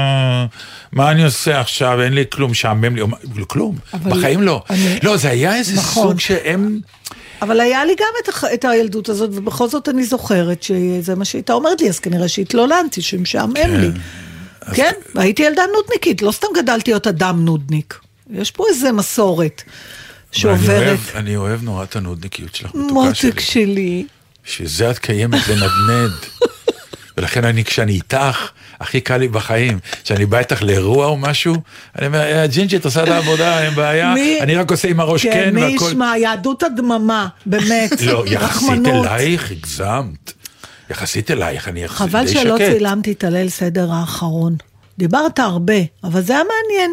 מה אני עושה עכשיו, אין לי כלום, שעמם לי, כלום, בחיים לא. לא, זה היה איזה סוג שהם... אבל היה לי גם את הילדות הזאת, ובכל זאת אני זוכרת שזה מה שהייתה אומרת לי, אז כנראה שהתלולנתי, שמשעמם לי. כן, והייתי ילדה נודניקית, לא סתם גדלתי להיות אדם נודניק. יש פה איזה מסורת שעוברת. אני אוהב נורא את הנודניקיות שלך, מתוקה שלי. מותק שלי. שזה את קיימת לנדנד. ולכן אני, כשאני איתך, הכי קל לי בחיים. כשאני בא איתך לאירוע או משהו, אני אומר, ג'ינג'ית עושה את העבודה, אין בעיה, אני רק עושה עם הראש כן, מי ישמע, יהדות הדממה, באמת. לא, יחסית אלייך, הגזמת. יחסית אלייך, אני יחסית די שקט. חבל שלא צילמתי את הליל סדר האחרון. דיברת הרבה, אבל זה היה מעניין.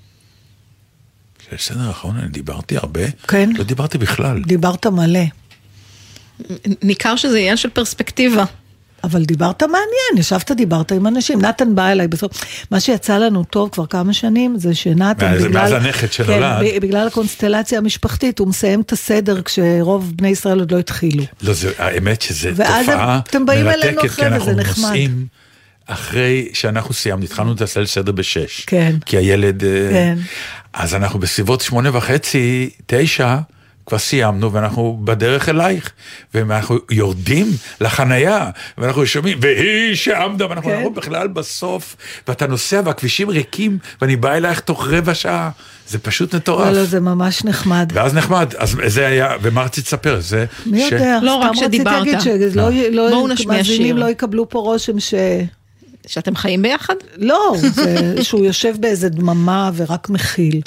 בסדר, האחרון, אני דיברתי הרבה. כן. לא דיברתי בכלל. דיברת מלא. ניכר שזה עניין של פרספקטיבה. אבל דיברת מעניין, ישבת, דיברת עם אנשים. נתן בא אליי בסוף. מה שיצא לנו טוב כבר כמה שנים, זה שנתן, בגלל... מאז הנכד שנולד. כן, בגלל הקונסטלציה המשפחתית, הוא מסיים את הסדר כשרוב בני ישראל עוד לא התחילו. לא, זה, האמת שזה תופעה מרתקת, כי אנחנו נוסעים אחרי שאנחנו סיימנו, התחלנו את הסל סדר בשש. כן. כי הילד... כן. אז אנחנו בסביבות שמונה וחצי, תשע, כבר סיימנו, ואנחנו בדרך אלייך, ואנחנו יורדים לחנייה, ואנחנו שומעים, והיא שעמדה, ואנחנו כן. בכלל בסוף, ואתה נוסע, והכבישים ריקים, ואני בא אלייך תוך רבע שעה, זה פשוט מטורף. לא, לא, זה ממש נחמד. ואז נחמד, אז זה היה, ומה רציתי לספר? זה מי ש... יודע, לא רק שדיברת. שלא, לא, בואו נשמיע שיר. לא יקבלו פה רושם ש... שאתם חיים ביחד? לא, זה שהוא יושב באיזה דממה ורק מכיל.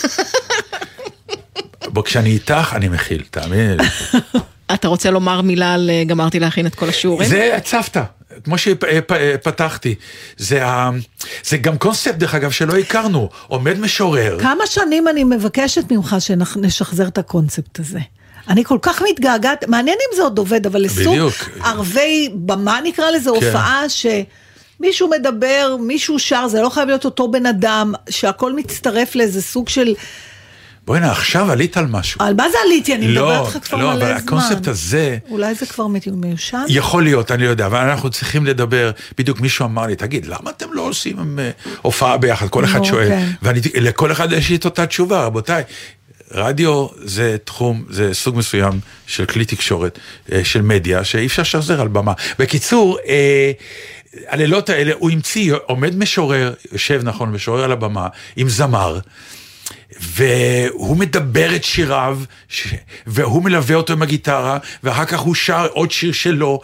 בוא, כשאני איתך, אני מכיל, תאמין לי. אתה רוצה לומר מילה על גמרתי להכין את כל השיעורים? זה הצפת, כמו שפתחתי. זה, זה גם קונספט, דרך אגב, שלא הכרנו. עומד משורר. כמה שנים אני מבקשת ממך שנשחזר את הקונספט הזה. אני כל כך מתגעגעת, מעניין אם זה עוד עובד, אבל לסוג ערבי במה נקרא לזה, הופעה ש... מישהו מדבר, מישהו שר, זה לא חייב להיות אותו בן אדם, שהכל מצטרף לאיזה סוג של... בואי נה, עכשיו עלית על משהו. על מה זה עליתי? אני מדברת לך כבר לא, מלא זמן. אבל הקונספט הזה... אולי זה כבר מיושן? יכול להיות, אני לא יודע, אבל אנחנו צריכים לדבר, בדיוק מישהו אמר לי, תגיד, למה אתם לא עושים הופעה ביחד? כל אחד שואל, ולכל אחד יש לי את אותה תשובה, רבותיי. רדיו זה תחום, זה סוג מסוים של כלי תקשורת, של מדיה, שאי אפשר לשחזר על במה. בקיצור, הלילות האלה, הוא המציא, עומד משורר, יושב נכון, משורר על הבמה, עם זמר, והוא מדבר את שיריו, והוא מלווה אותו עם הגיטרה, ואחר כך הוא שר עוד שיר שלו,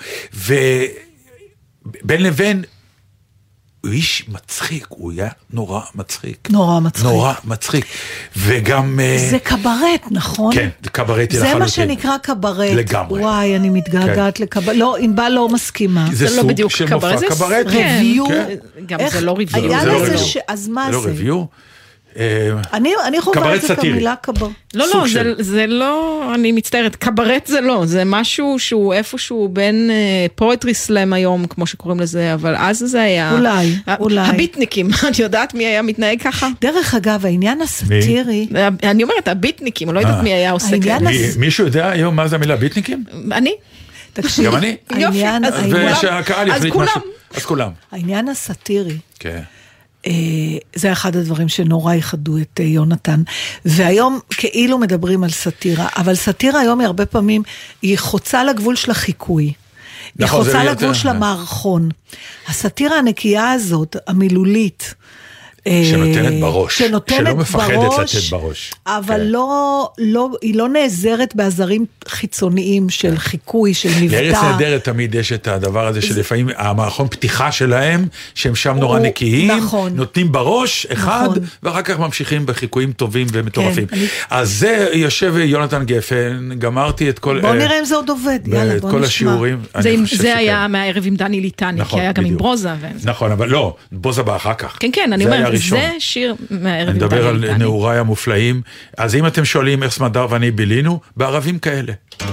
ובין לבין, הוא איש מצחיק, הוא היה נורא מצחיק. נורא מצחיק. נורא מצחיק. וגם... זה קברט, נכון? כן, זה קברטי לחלוטין. זה מה שנקרא קברט. לגמרי. וואי, אני מתגעגעת לקברט. לא, ענבל לא מסכימה. זה סוג של מופע קברטי. רביו. גם זה לא ריביו. היה לזה ש... אז מה זה? זה לא ריביו? אני, אני חווה את זה כמילה קבר. לא, לא, זה, זה לא, אני מצטערת, קברט זה לא, זה משהו שהוא איפשהו בין פואטרי סלאם היום, כמו שקוראים לזה, אבל אז זה היה... אולי, אולי. הביטניקים, אני יודעת מי היה מתנהג ככה? דרך אגב, העניין הסאטירי... אני אומרת, הביטניקים, אני לא יודעת מי היה עושה כאלה. מישהו יודע היום מה זה המילה ביטניקים? אני. תקשיב. גם אני. ושהקהל יחליט משהו. אז כולם. העניין הסאטירי. כן. זה אחד הדברים שנורא ייחדו את יונתן, והיום כאילו מדברים על סאטירה, אבל סאטירה היום היא הרבה פעמים, היא חוצה לגבול של החיקוי, היא חוצה לגבול של המערכון. הסאטירה הנקייה הזאת, המילולית, שנותנת בראש, שנותנת שלא מפחדת בראש, לתת בראש. אבל כן. לא, לא, היא לא נעזרת בעזרים חיצוניים של חיקוי, של מבטא. לארץ נהדרת תמיד יש את הדבר הזה שלפעמים המערכון פתיחה שלהם, שהם שם נורא נקיים, נכון. נותנים בראש אחד, נכון. ואחר כך ממשיכים בחיקויים טובים ומטורפים. כן, אני... אז זה יושב יונתן גפן, גמרתי את כל... בוא נראה אם זה עוד עובד, יאללה, בוא נשמע. השיעורים, זה, עם, זה היה מהערב עם דני ליטני, נכון, כי היה גם עם ברוזה. ו... נכון, אבל לא, ברוזה בא אחר כך. כן, כן, אני אומרת, זה שיר מהערב עם דני ליטני. אני מדבר על נעוריי המופלאים. אז אם אתם שואלים איך סמדר ואני בילינו, בערבים כאלה.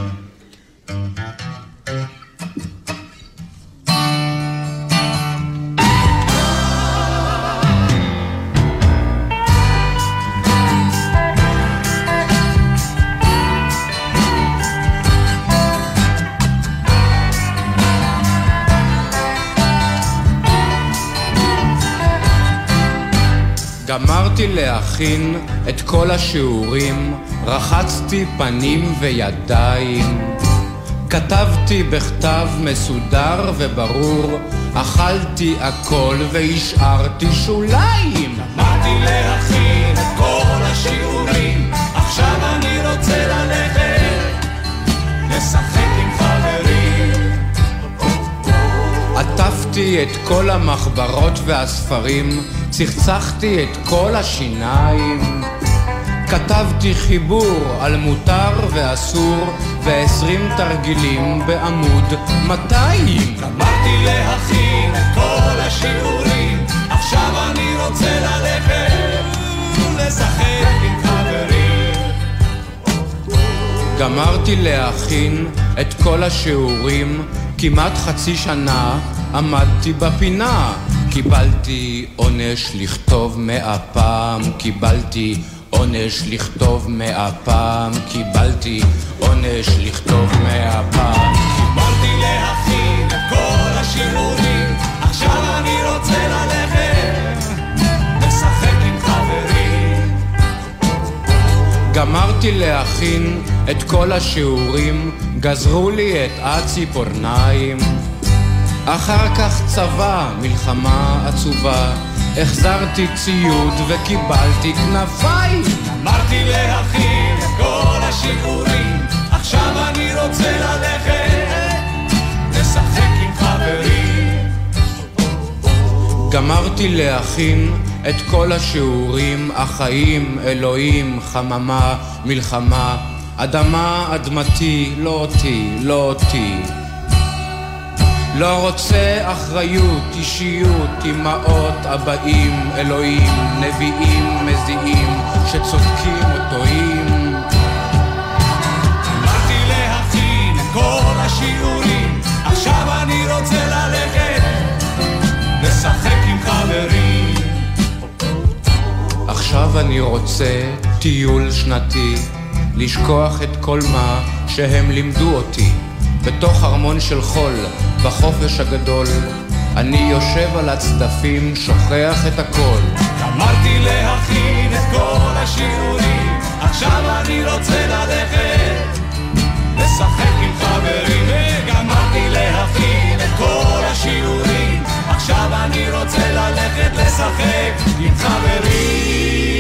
גמרתי להכין את כל השיעורים, רחצתי פנים וידיים, כתבתי בכתב מסודר וברור, אכלתי הכל והשארתי שוליים. גמרתי להכין את כל השיעורים, עכשיו אני רוצה ללכת לשחק עם חברים. עטפתי את כל המחברות והספרים, צחצחתי את כל השיניים, כתבתי חיבור על מותר ואסור ועשרים תרגילים בעמוד מאתיים. גמרתי להכין את כל השיעורים, עכשיו אני רוצה ללכת לשחק עם חברים. גמרתי להכין את כל השיעורים, כמעט חצי שנה עמדתי בפינה, קיבלתי עונש לכתוב מאה פעם, קיבלתי עונש לכתוב מאה פעם, קיבלתי עונש לכתוב מאה פעם. קיבלתי להכין את כל השיעורים, עכשיו אני רוצה ללכת לשחק עם חברים. גמרתי להכין את כל השיעורים, גזרו לי את הציפורניים, אחר כך צבא, מלחמה עצובה, החזרתי ציוד וקיבלתי כנפיים. אמרתי להכין את כל השיעורים, עכשיו אני רוצה ללכת לשחק עם חברים. גמרתי להכין את כל השיעורים, החיים, אלוהים, חממה, מלחמה, אדמה, אדמתי, לא אותי, לא אותי. לא רוצה אחריות, אישיות, אמאות, אבאים, אלוהים, נביאים, מזיעים, שצודקים או טועים. אמרתי להכין את כל השיעורים, עכשיו אני רוצה ללכת לשחק עם חברים. עכשיו אני רוצה טיול שנתי, לשכוח את כל מה שהם לימדו אותי. בתוך ארמון של חול, בחופש הגדול, אני יושב על הצדפים, שוכח את הכל. גמרתי להכין את כל השיעורים, עכשיו אני רוצה ללכת לשחק עם חברים. גמרתי להכין את כל השיעורים, עכשיו אני רוצה ללכת לשחק עם חברים.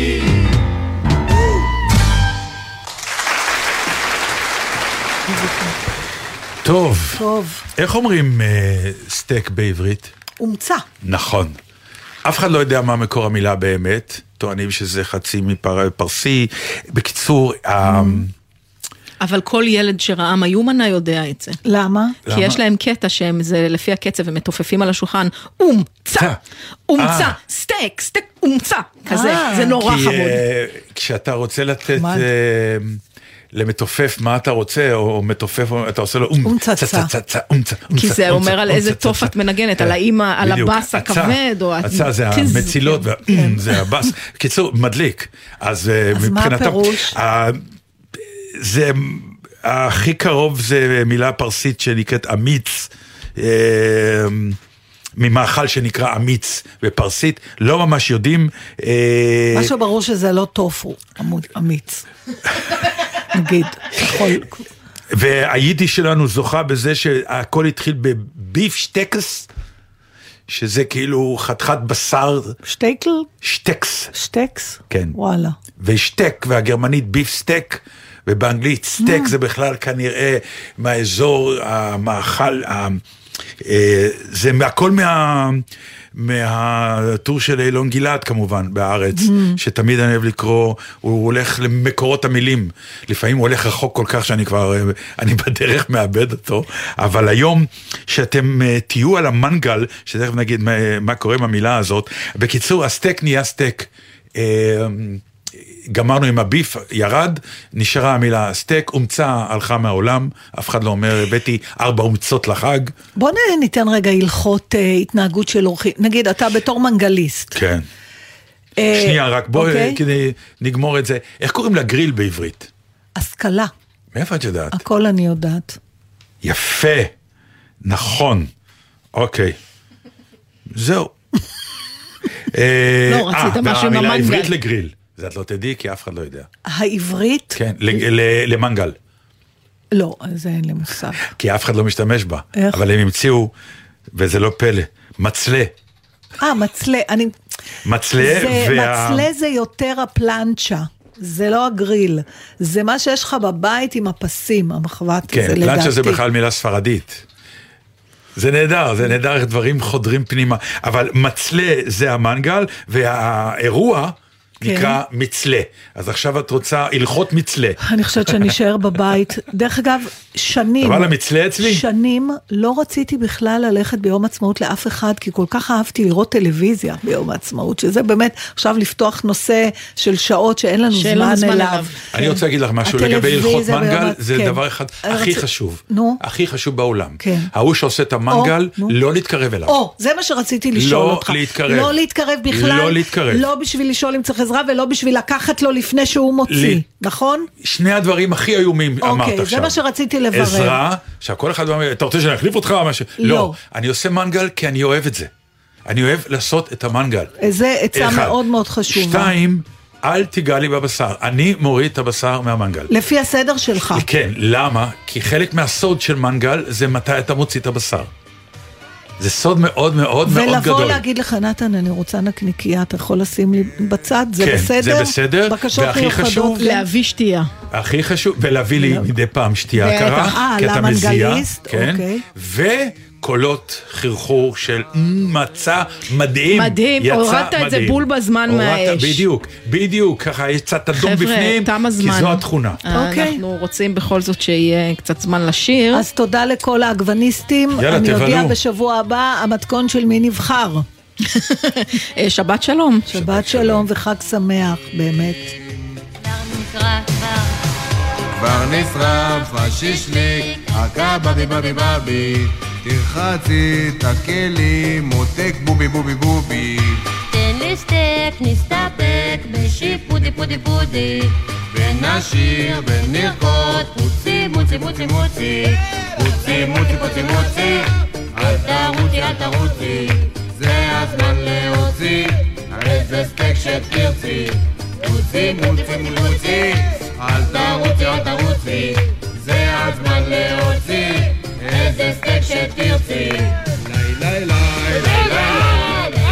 טוב. טוב. איך אומרים uh, סטייק בעברית? הומצא. נכון. אף אחד לא יודע מה מקור המילה באמת, טוענים שזה חצי מפרסי. בקיצור, mm. אבל כל ילד שראה מיומנה יודע את זה. למה? כי יש להם קטע שהם, זה לפי הקצב, הם מתופפים על השולחן, אומצה, אומצה, סטייק, סטייק, אומצה, כזה, זה נורא חמוד. כשאתה רוצה לתת למתופף מה אתה רוצה, או מתופף, אתה עושה לו אומצה, צה, צה, צה, אומצה. כי זה אומר על איזה טוף את מנגנת, על האמא, על הבאס הכבד, או... הצה זה המצילות, זה הבאס. קיצור, מדליק. אז מה הפירוש? זה... הכי קרוב זה מילה פרסית שנקראת אמיץ, ממאכל שנקרא אמיץ בפרסית, לא ממש יודעים. משהו ברור שזה לא טופו, אמיץ. נגיד, יכול... והיידיש שלנו זוכה בזה שהכל התחיל בביף שטקס, שזה כאילו חתיכת בשר. שטייקל? שטקס. שטקס? כן. וואלה. ושטק, והגרמנית ביף סטק, ובאנגלית סטק זה בכלל כנראה מהאזור המאכל, זה הכל מה... מהטור של אילון גלעד כמובן בארץ, שתמיד אני אוהב לקרוא, הוא הולך למקורות המילים, לפעמים הוא הולך רחוק כל כך שאני כבר, אני בדרך מאבד אותו, אבל היום שאתם תהיו על המנגל, שתכף נגיד מה, מה קורה עם המילה הזאת, בקיצור הסטק נהיה סטק, גמרנו עם הביף, ירד, נשארה המילה סטק, אומצה הלכה מהעולם, אף אחד לא אומר, הבאתי ארבע אומצות לחג. בוא ניתן רגע הלכות uh, התנהגות של אורחים, נגיד אתה בתור מנגליסט. כן. Uh, שנייה, רק בוא okay. כדי נגמור את זה. איך קוראים לגריל בעברית? השכלה. מאיפה את יודעת? הכל אני יודעת. יפה, נכון, אוקיי. זהו. לא, רצית משהו עם המנגל. והמילה עברית לגריל. זה את לא תדעי, כי אף אחד לא יודע. העברית? כן, למנגל. לא, זה אין לי מושג. כי אף אחד לא משתמש בה. איך? אבל הם המציאו, וזה לא פלא, מצלה. אה, מצלה. אני... מצלה וה... מצלה זה יותר הפלנצ'ה. זה לא הגריל. זה מה שיש לך בבית עם הפסים, המחבת. כן, פלנצ'ה זה בכלל מילה ספרדית. זה נהדר, זה נהדר איך דברים חודרים פנימה. אבל מצלה זה המנגל, והאירוע... נקרא מצלה. אז עכשיו את רוצה הלכות מצלה. אני חושבת שאני אשאר בבית. דרך אגב, שנים... אבל המצלה אצלי? שנים לא רציתי בכלל ללכת ביום עצמאות לאף אחד, כי כל כך אהבתי לראות טלוויזיה ביום העצמאות, שזה באמת עכשיו לפתוח נושא של שעות שאין לנו זמן אליו. אני רוצה להגיד לך משהו, לגבי הלכות מנגל, זה דבר אחד הכי חשוב. הכי חשוב בעולם. ההוא שעושה את המנגל, לא להתקרב אליו. או, זה מה שרציתי לשאול אותך. לא להתקרב. לא להתקרב בכלל. לא להתקרב. לא בשביל לשאול אם צריך עזרה, ולא בשביל לקחת לו לפני שהוא מוציא, נכון? שני הדברים הכי איומים אמרת עכשיו. אוקיי, זה מה שרציתי לברר. עזרה, שהכל אחד אומר, אתה רוצה שאני אחליף אותך או משהו? לא, אני עושה מנגל כי אני אוהב את זה. אני אוהב לעשות את המנגל. זה עצה מאוד מאוד חשובה. שתיים, אל תיגע לי בבשר. אני מוריד את הבשר מהמנגל. לפי הסדר שלך. כן, למה? כי חלק מהסוד של מנגל זה מתי אתה מוציא את הבשר. זה סוד מאוד מאוד מאוד גדול. ולבוא להגיד לך, נתן, אני רוצה נקניקייה, אתה יכול לשים לי בצד, זה כן, בסדר? זה בסדר, והכי חשוב, להביא שתייה. הכי חשוב, ולהביא לי מדי פעם שתייה קרה, כי אתה מזיע, כן, וקולות חרחור של מצה מדהים. מדהים, הורדת את זה בול בזמן מהאש. בדיוק, בדיוק, ככה יש קצת אדום בפנים, כי זו התכונה. אנחנו רוצים בכל זאת שיהיה קצת זמן לשיר. אז תודה לכל האגווניסטים, אני יודע בשבוע הבא, המתכון של מי נבחר. שבת שלום. שבת שלום וחג שמח, באמת. כבר נשרף השישליק, הקבבי בבי בבי, תרחצי, תקלי, מותק בובי בובי בובי. תן לי סטייק, נסתפק בשיפודי פודי פודי, ונשיר ונרקוד, פוצי מוצי מוצי מוצי, פוצי מוצי פוצי מוצי, אל תרוצי אל תרוצי, זה הזמן להוציא, איזה סטייק שתרצי, פוצי מוצי מוצי, אל תרוצי אל תרוצי, זה הזמן להוציא, איזה סטייק שתרצי. לי לי לי לי לי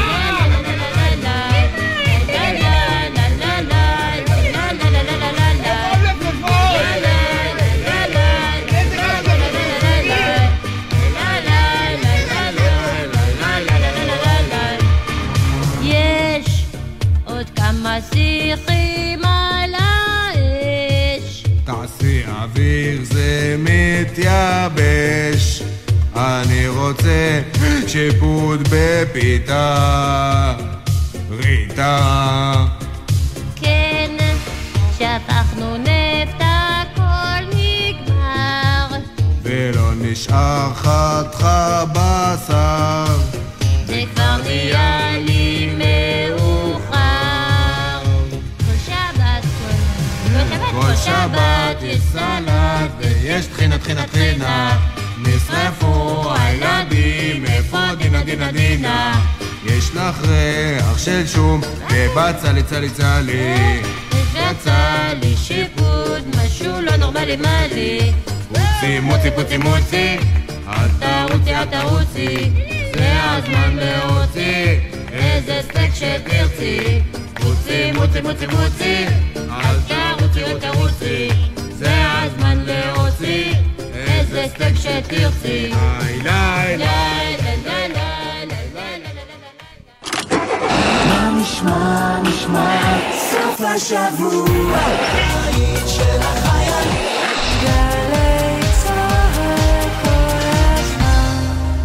יש עוד כמה שיחים על האש, תעשי האוויר זה מתייבש, אני רוצה שיפוט בפיתה, ריטה. כן, שפכנו נפט, הכל נגמר, ולא נשאר חתיכה בשר, זה כבר נהיה לי מאוחר. כל שבת, כל שבת יש סלט ויש טחינה טחינה טחינה, נשרפו הילדים, איפה דינה דינה דינה, יש לך ריח של שום ובצלי צלי צלי, יצא לי שיפוט, משהו לא נורמלי מלי. פוצי מוצי פוצי מוצי, אל תרוצי אל תרוצי, זה הזמן להוציא איזה סטייק שתרצי. מוצי מוצי מוצי מוצי, אל תרוצי אל תרוצי, זה הזמן להוציא איזה סטייק שתרצי. ליי ליי ליי ליי ליי מה נשמע נשמע סוף השבוע היית של החיילים גלי צהל כל הזמן.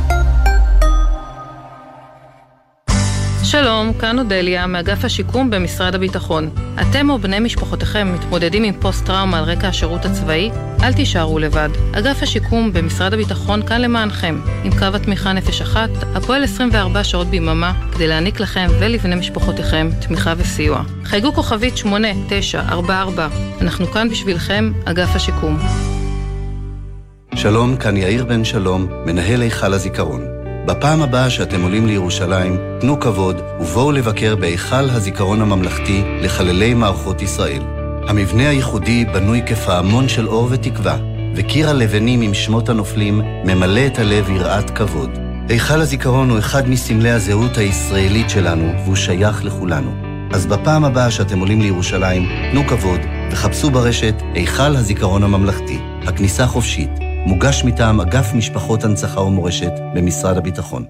שלום, כאן אודליה מאגף השיקום במשרד הביטחון. אתם או בני משפחותיכם מתמודדים עם פוסט-טראומה על רקע השירות הצבאי? אל תישארו לבד. אגף השיקום במשרד הביטחון כאן למענכם, עם קו התמיכה נפש אחת, הפועל עשרים וארבע שעות ביממה, כדי להעניק לכם ולבני משפחותיכם תמיכה וסיוע. חייגו כוכבית שמונה תשע ארבע ארבע. אנחנו כאן בשבילכם, אגף השיקום. שלום, כאן יאיר בן שלום, מנהל היכל הזיכרון. בפעם הבאה שאתם עולים לירושלים, תנו כבוד ובואו לבקר בהיכל הזיכרון הממלכתי לחללי מערכות ישראל. המבנה הייחודי בנוי כפעמון של אור ותקווה, וקיר הלבנים עם שמות הנופלים ממלא את הלב יראת כבוד. היכל הזיכרון הוא אחד מסמלי הזהות הישראלית שלנו, והוא שייך לכולנו. אז בפעם הבאה שאתם עולים לירושלים, תנו כבוד וחפשו ברשת היכל הזיכרון הממלכתי. הכניסה חופשית. מוגש מטעם אגף משפחות הנצחה ומורשת במשרד הביטחון.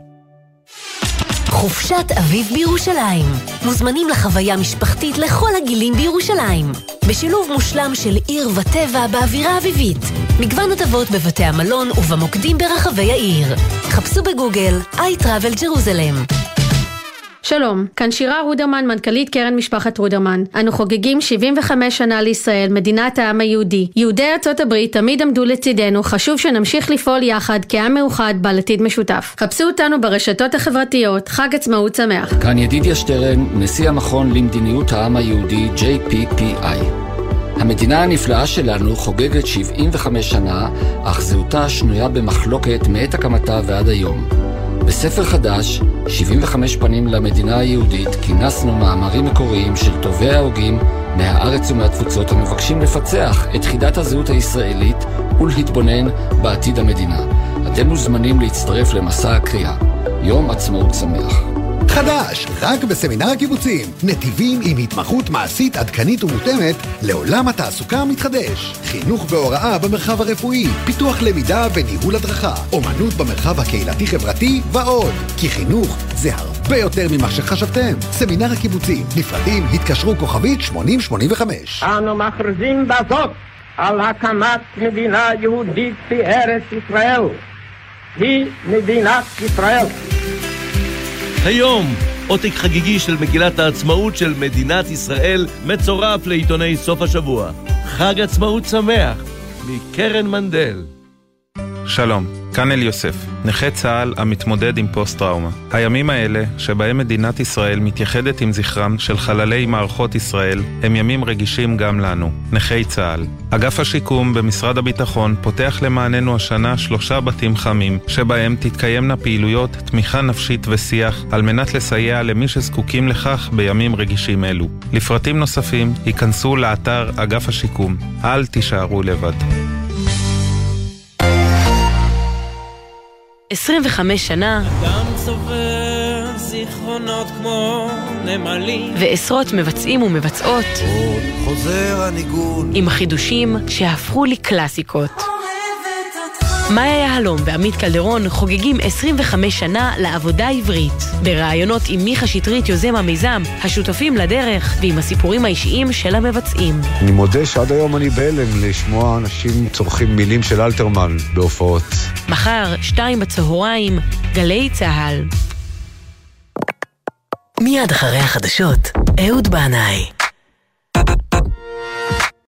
חופשת אביב בירושלים. מוזמנים לחוויה משפחתית לכל הגילים בירושלים. בשילוב מושלם של עיר וטבע באווירה אביבית. מגוון הטבות בבתי המלון ובמוקדים ברחבי העיר. חפשו בגוגל I Travel Jerusalem. שלום, כאן שירה רודרמן, מנכ"לית קרן משפחת רודרמן. אנו חוגגים שבעים וחמש שנה לישראל, מדינת העם היהודי. יהודי ארצות הברית תמיד עמדו לצידנו, חשוב שנמשיך לפעול יחד כעם מאוחד בעל עתיד משותף. חפשו אותנו ברשתות החברתיות, חג עצמאות שמח. כאן ידידיה שטרן, נשיא המכון למדיניות העם היהודי ג'יי פי פי איי. המדינה הנפלאה שלנו חוגגת שבעים וחמש שנה, אך זהותה שנויה במחלוקת מעת הקמתה ועד היום. בספר חדש, שבעים וחמש פנים למדינה היהודית, כינסנו מאמרים מקוריים של טובי ההוגים מהארץ ומהתפוצות המבקשים לפצח את חידת הזהות הישראלית ולהתבונן בעתיד המדינה. אתם מוזמנים להצטרף למסע הקריאה. יום עצמאות שמח. חדש, רק בסמינר הקיבוצים. נתיבים עם התמחות מעשית עדכנית ומותאמת לעולם התעסוקה המתחדש. חינוך והוראה במרחב הרפואי, פיתוח למידה וניהול הדרכה, אומנות במרחב הקהילתי-חברתי ועוד. כי חינוך זה הרבה יותר ממה שחשבתם. סמינר הקיבוצים, נפרדים, התקשרו כוכבית שמונים שמונים וחמש. אנו מכריזים בזאת על הקמת מדינה יהודית בארץ ישראל. היא מדינת ישראל. היום, עותק חגיגי של מגילת העצמאות של מדינת ישראל מצורף לעיתוני סוף השבוע. חג עצמאות שמח, מקרן מנדל. שלום, כאן אל יוסף, נכה צה"ל המתמודד עם פוסט-טראומה. הימים האלה, שבהם מדינת ישראל מתייחדת עם זכרם של חללי מערכות ישראל, הם ימים רגישים גם לנו, נכי צה"ל. אגף השיקום במשרד הביטחון פותח למעננו השנה שלושה בתים חמים, שבהם תתקיימנה פעילויות, תמיכה נפשית ושיח, על מנת לסייע למי שזקוקים לכך בימים רגישים אלו. לפרטים נוספים, ייכנסו לאתר אגף השיקום. אל תישארו לבד. עשרים וחמש שנה אדם צובר זיכרונות כמו נמלים ועשרות מבצעים ומבצעות עוד חוזר הניגון עם חידושים שהפכו לי קלאסיקות. אוהבת אותך מאיה יהלום ועמית קלדרון חוגגים עשרים וחמש שנה לעבודה עברית. ברעיונות עם מיכה שטרית יוזם המיזם, השותפים לדרך ועם הסיפורים האישיים של המבצעים. אני מודה שעד היום אני בהלם לשמוע אנשים צורכים מילים של אלתרמן בהופעות. מחר, שתיים בצהריים, גלי צהל. מיד אחרי החדשות, אהוד בנאי.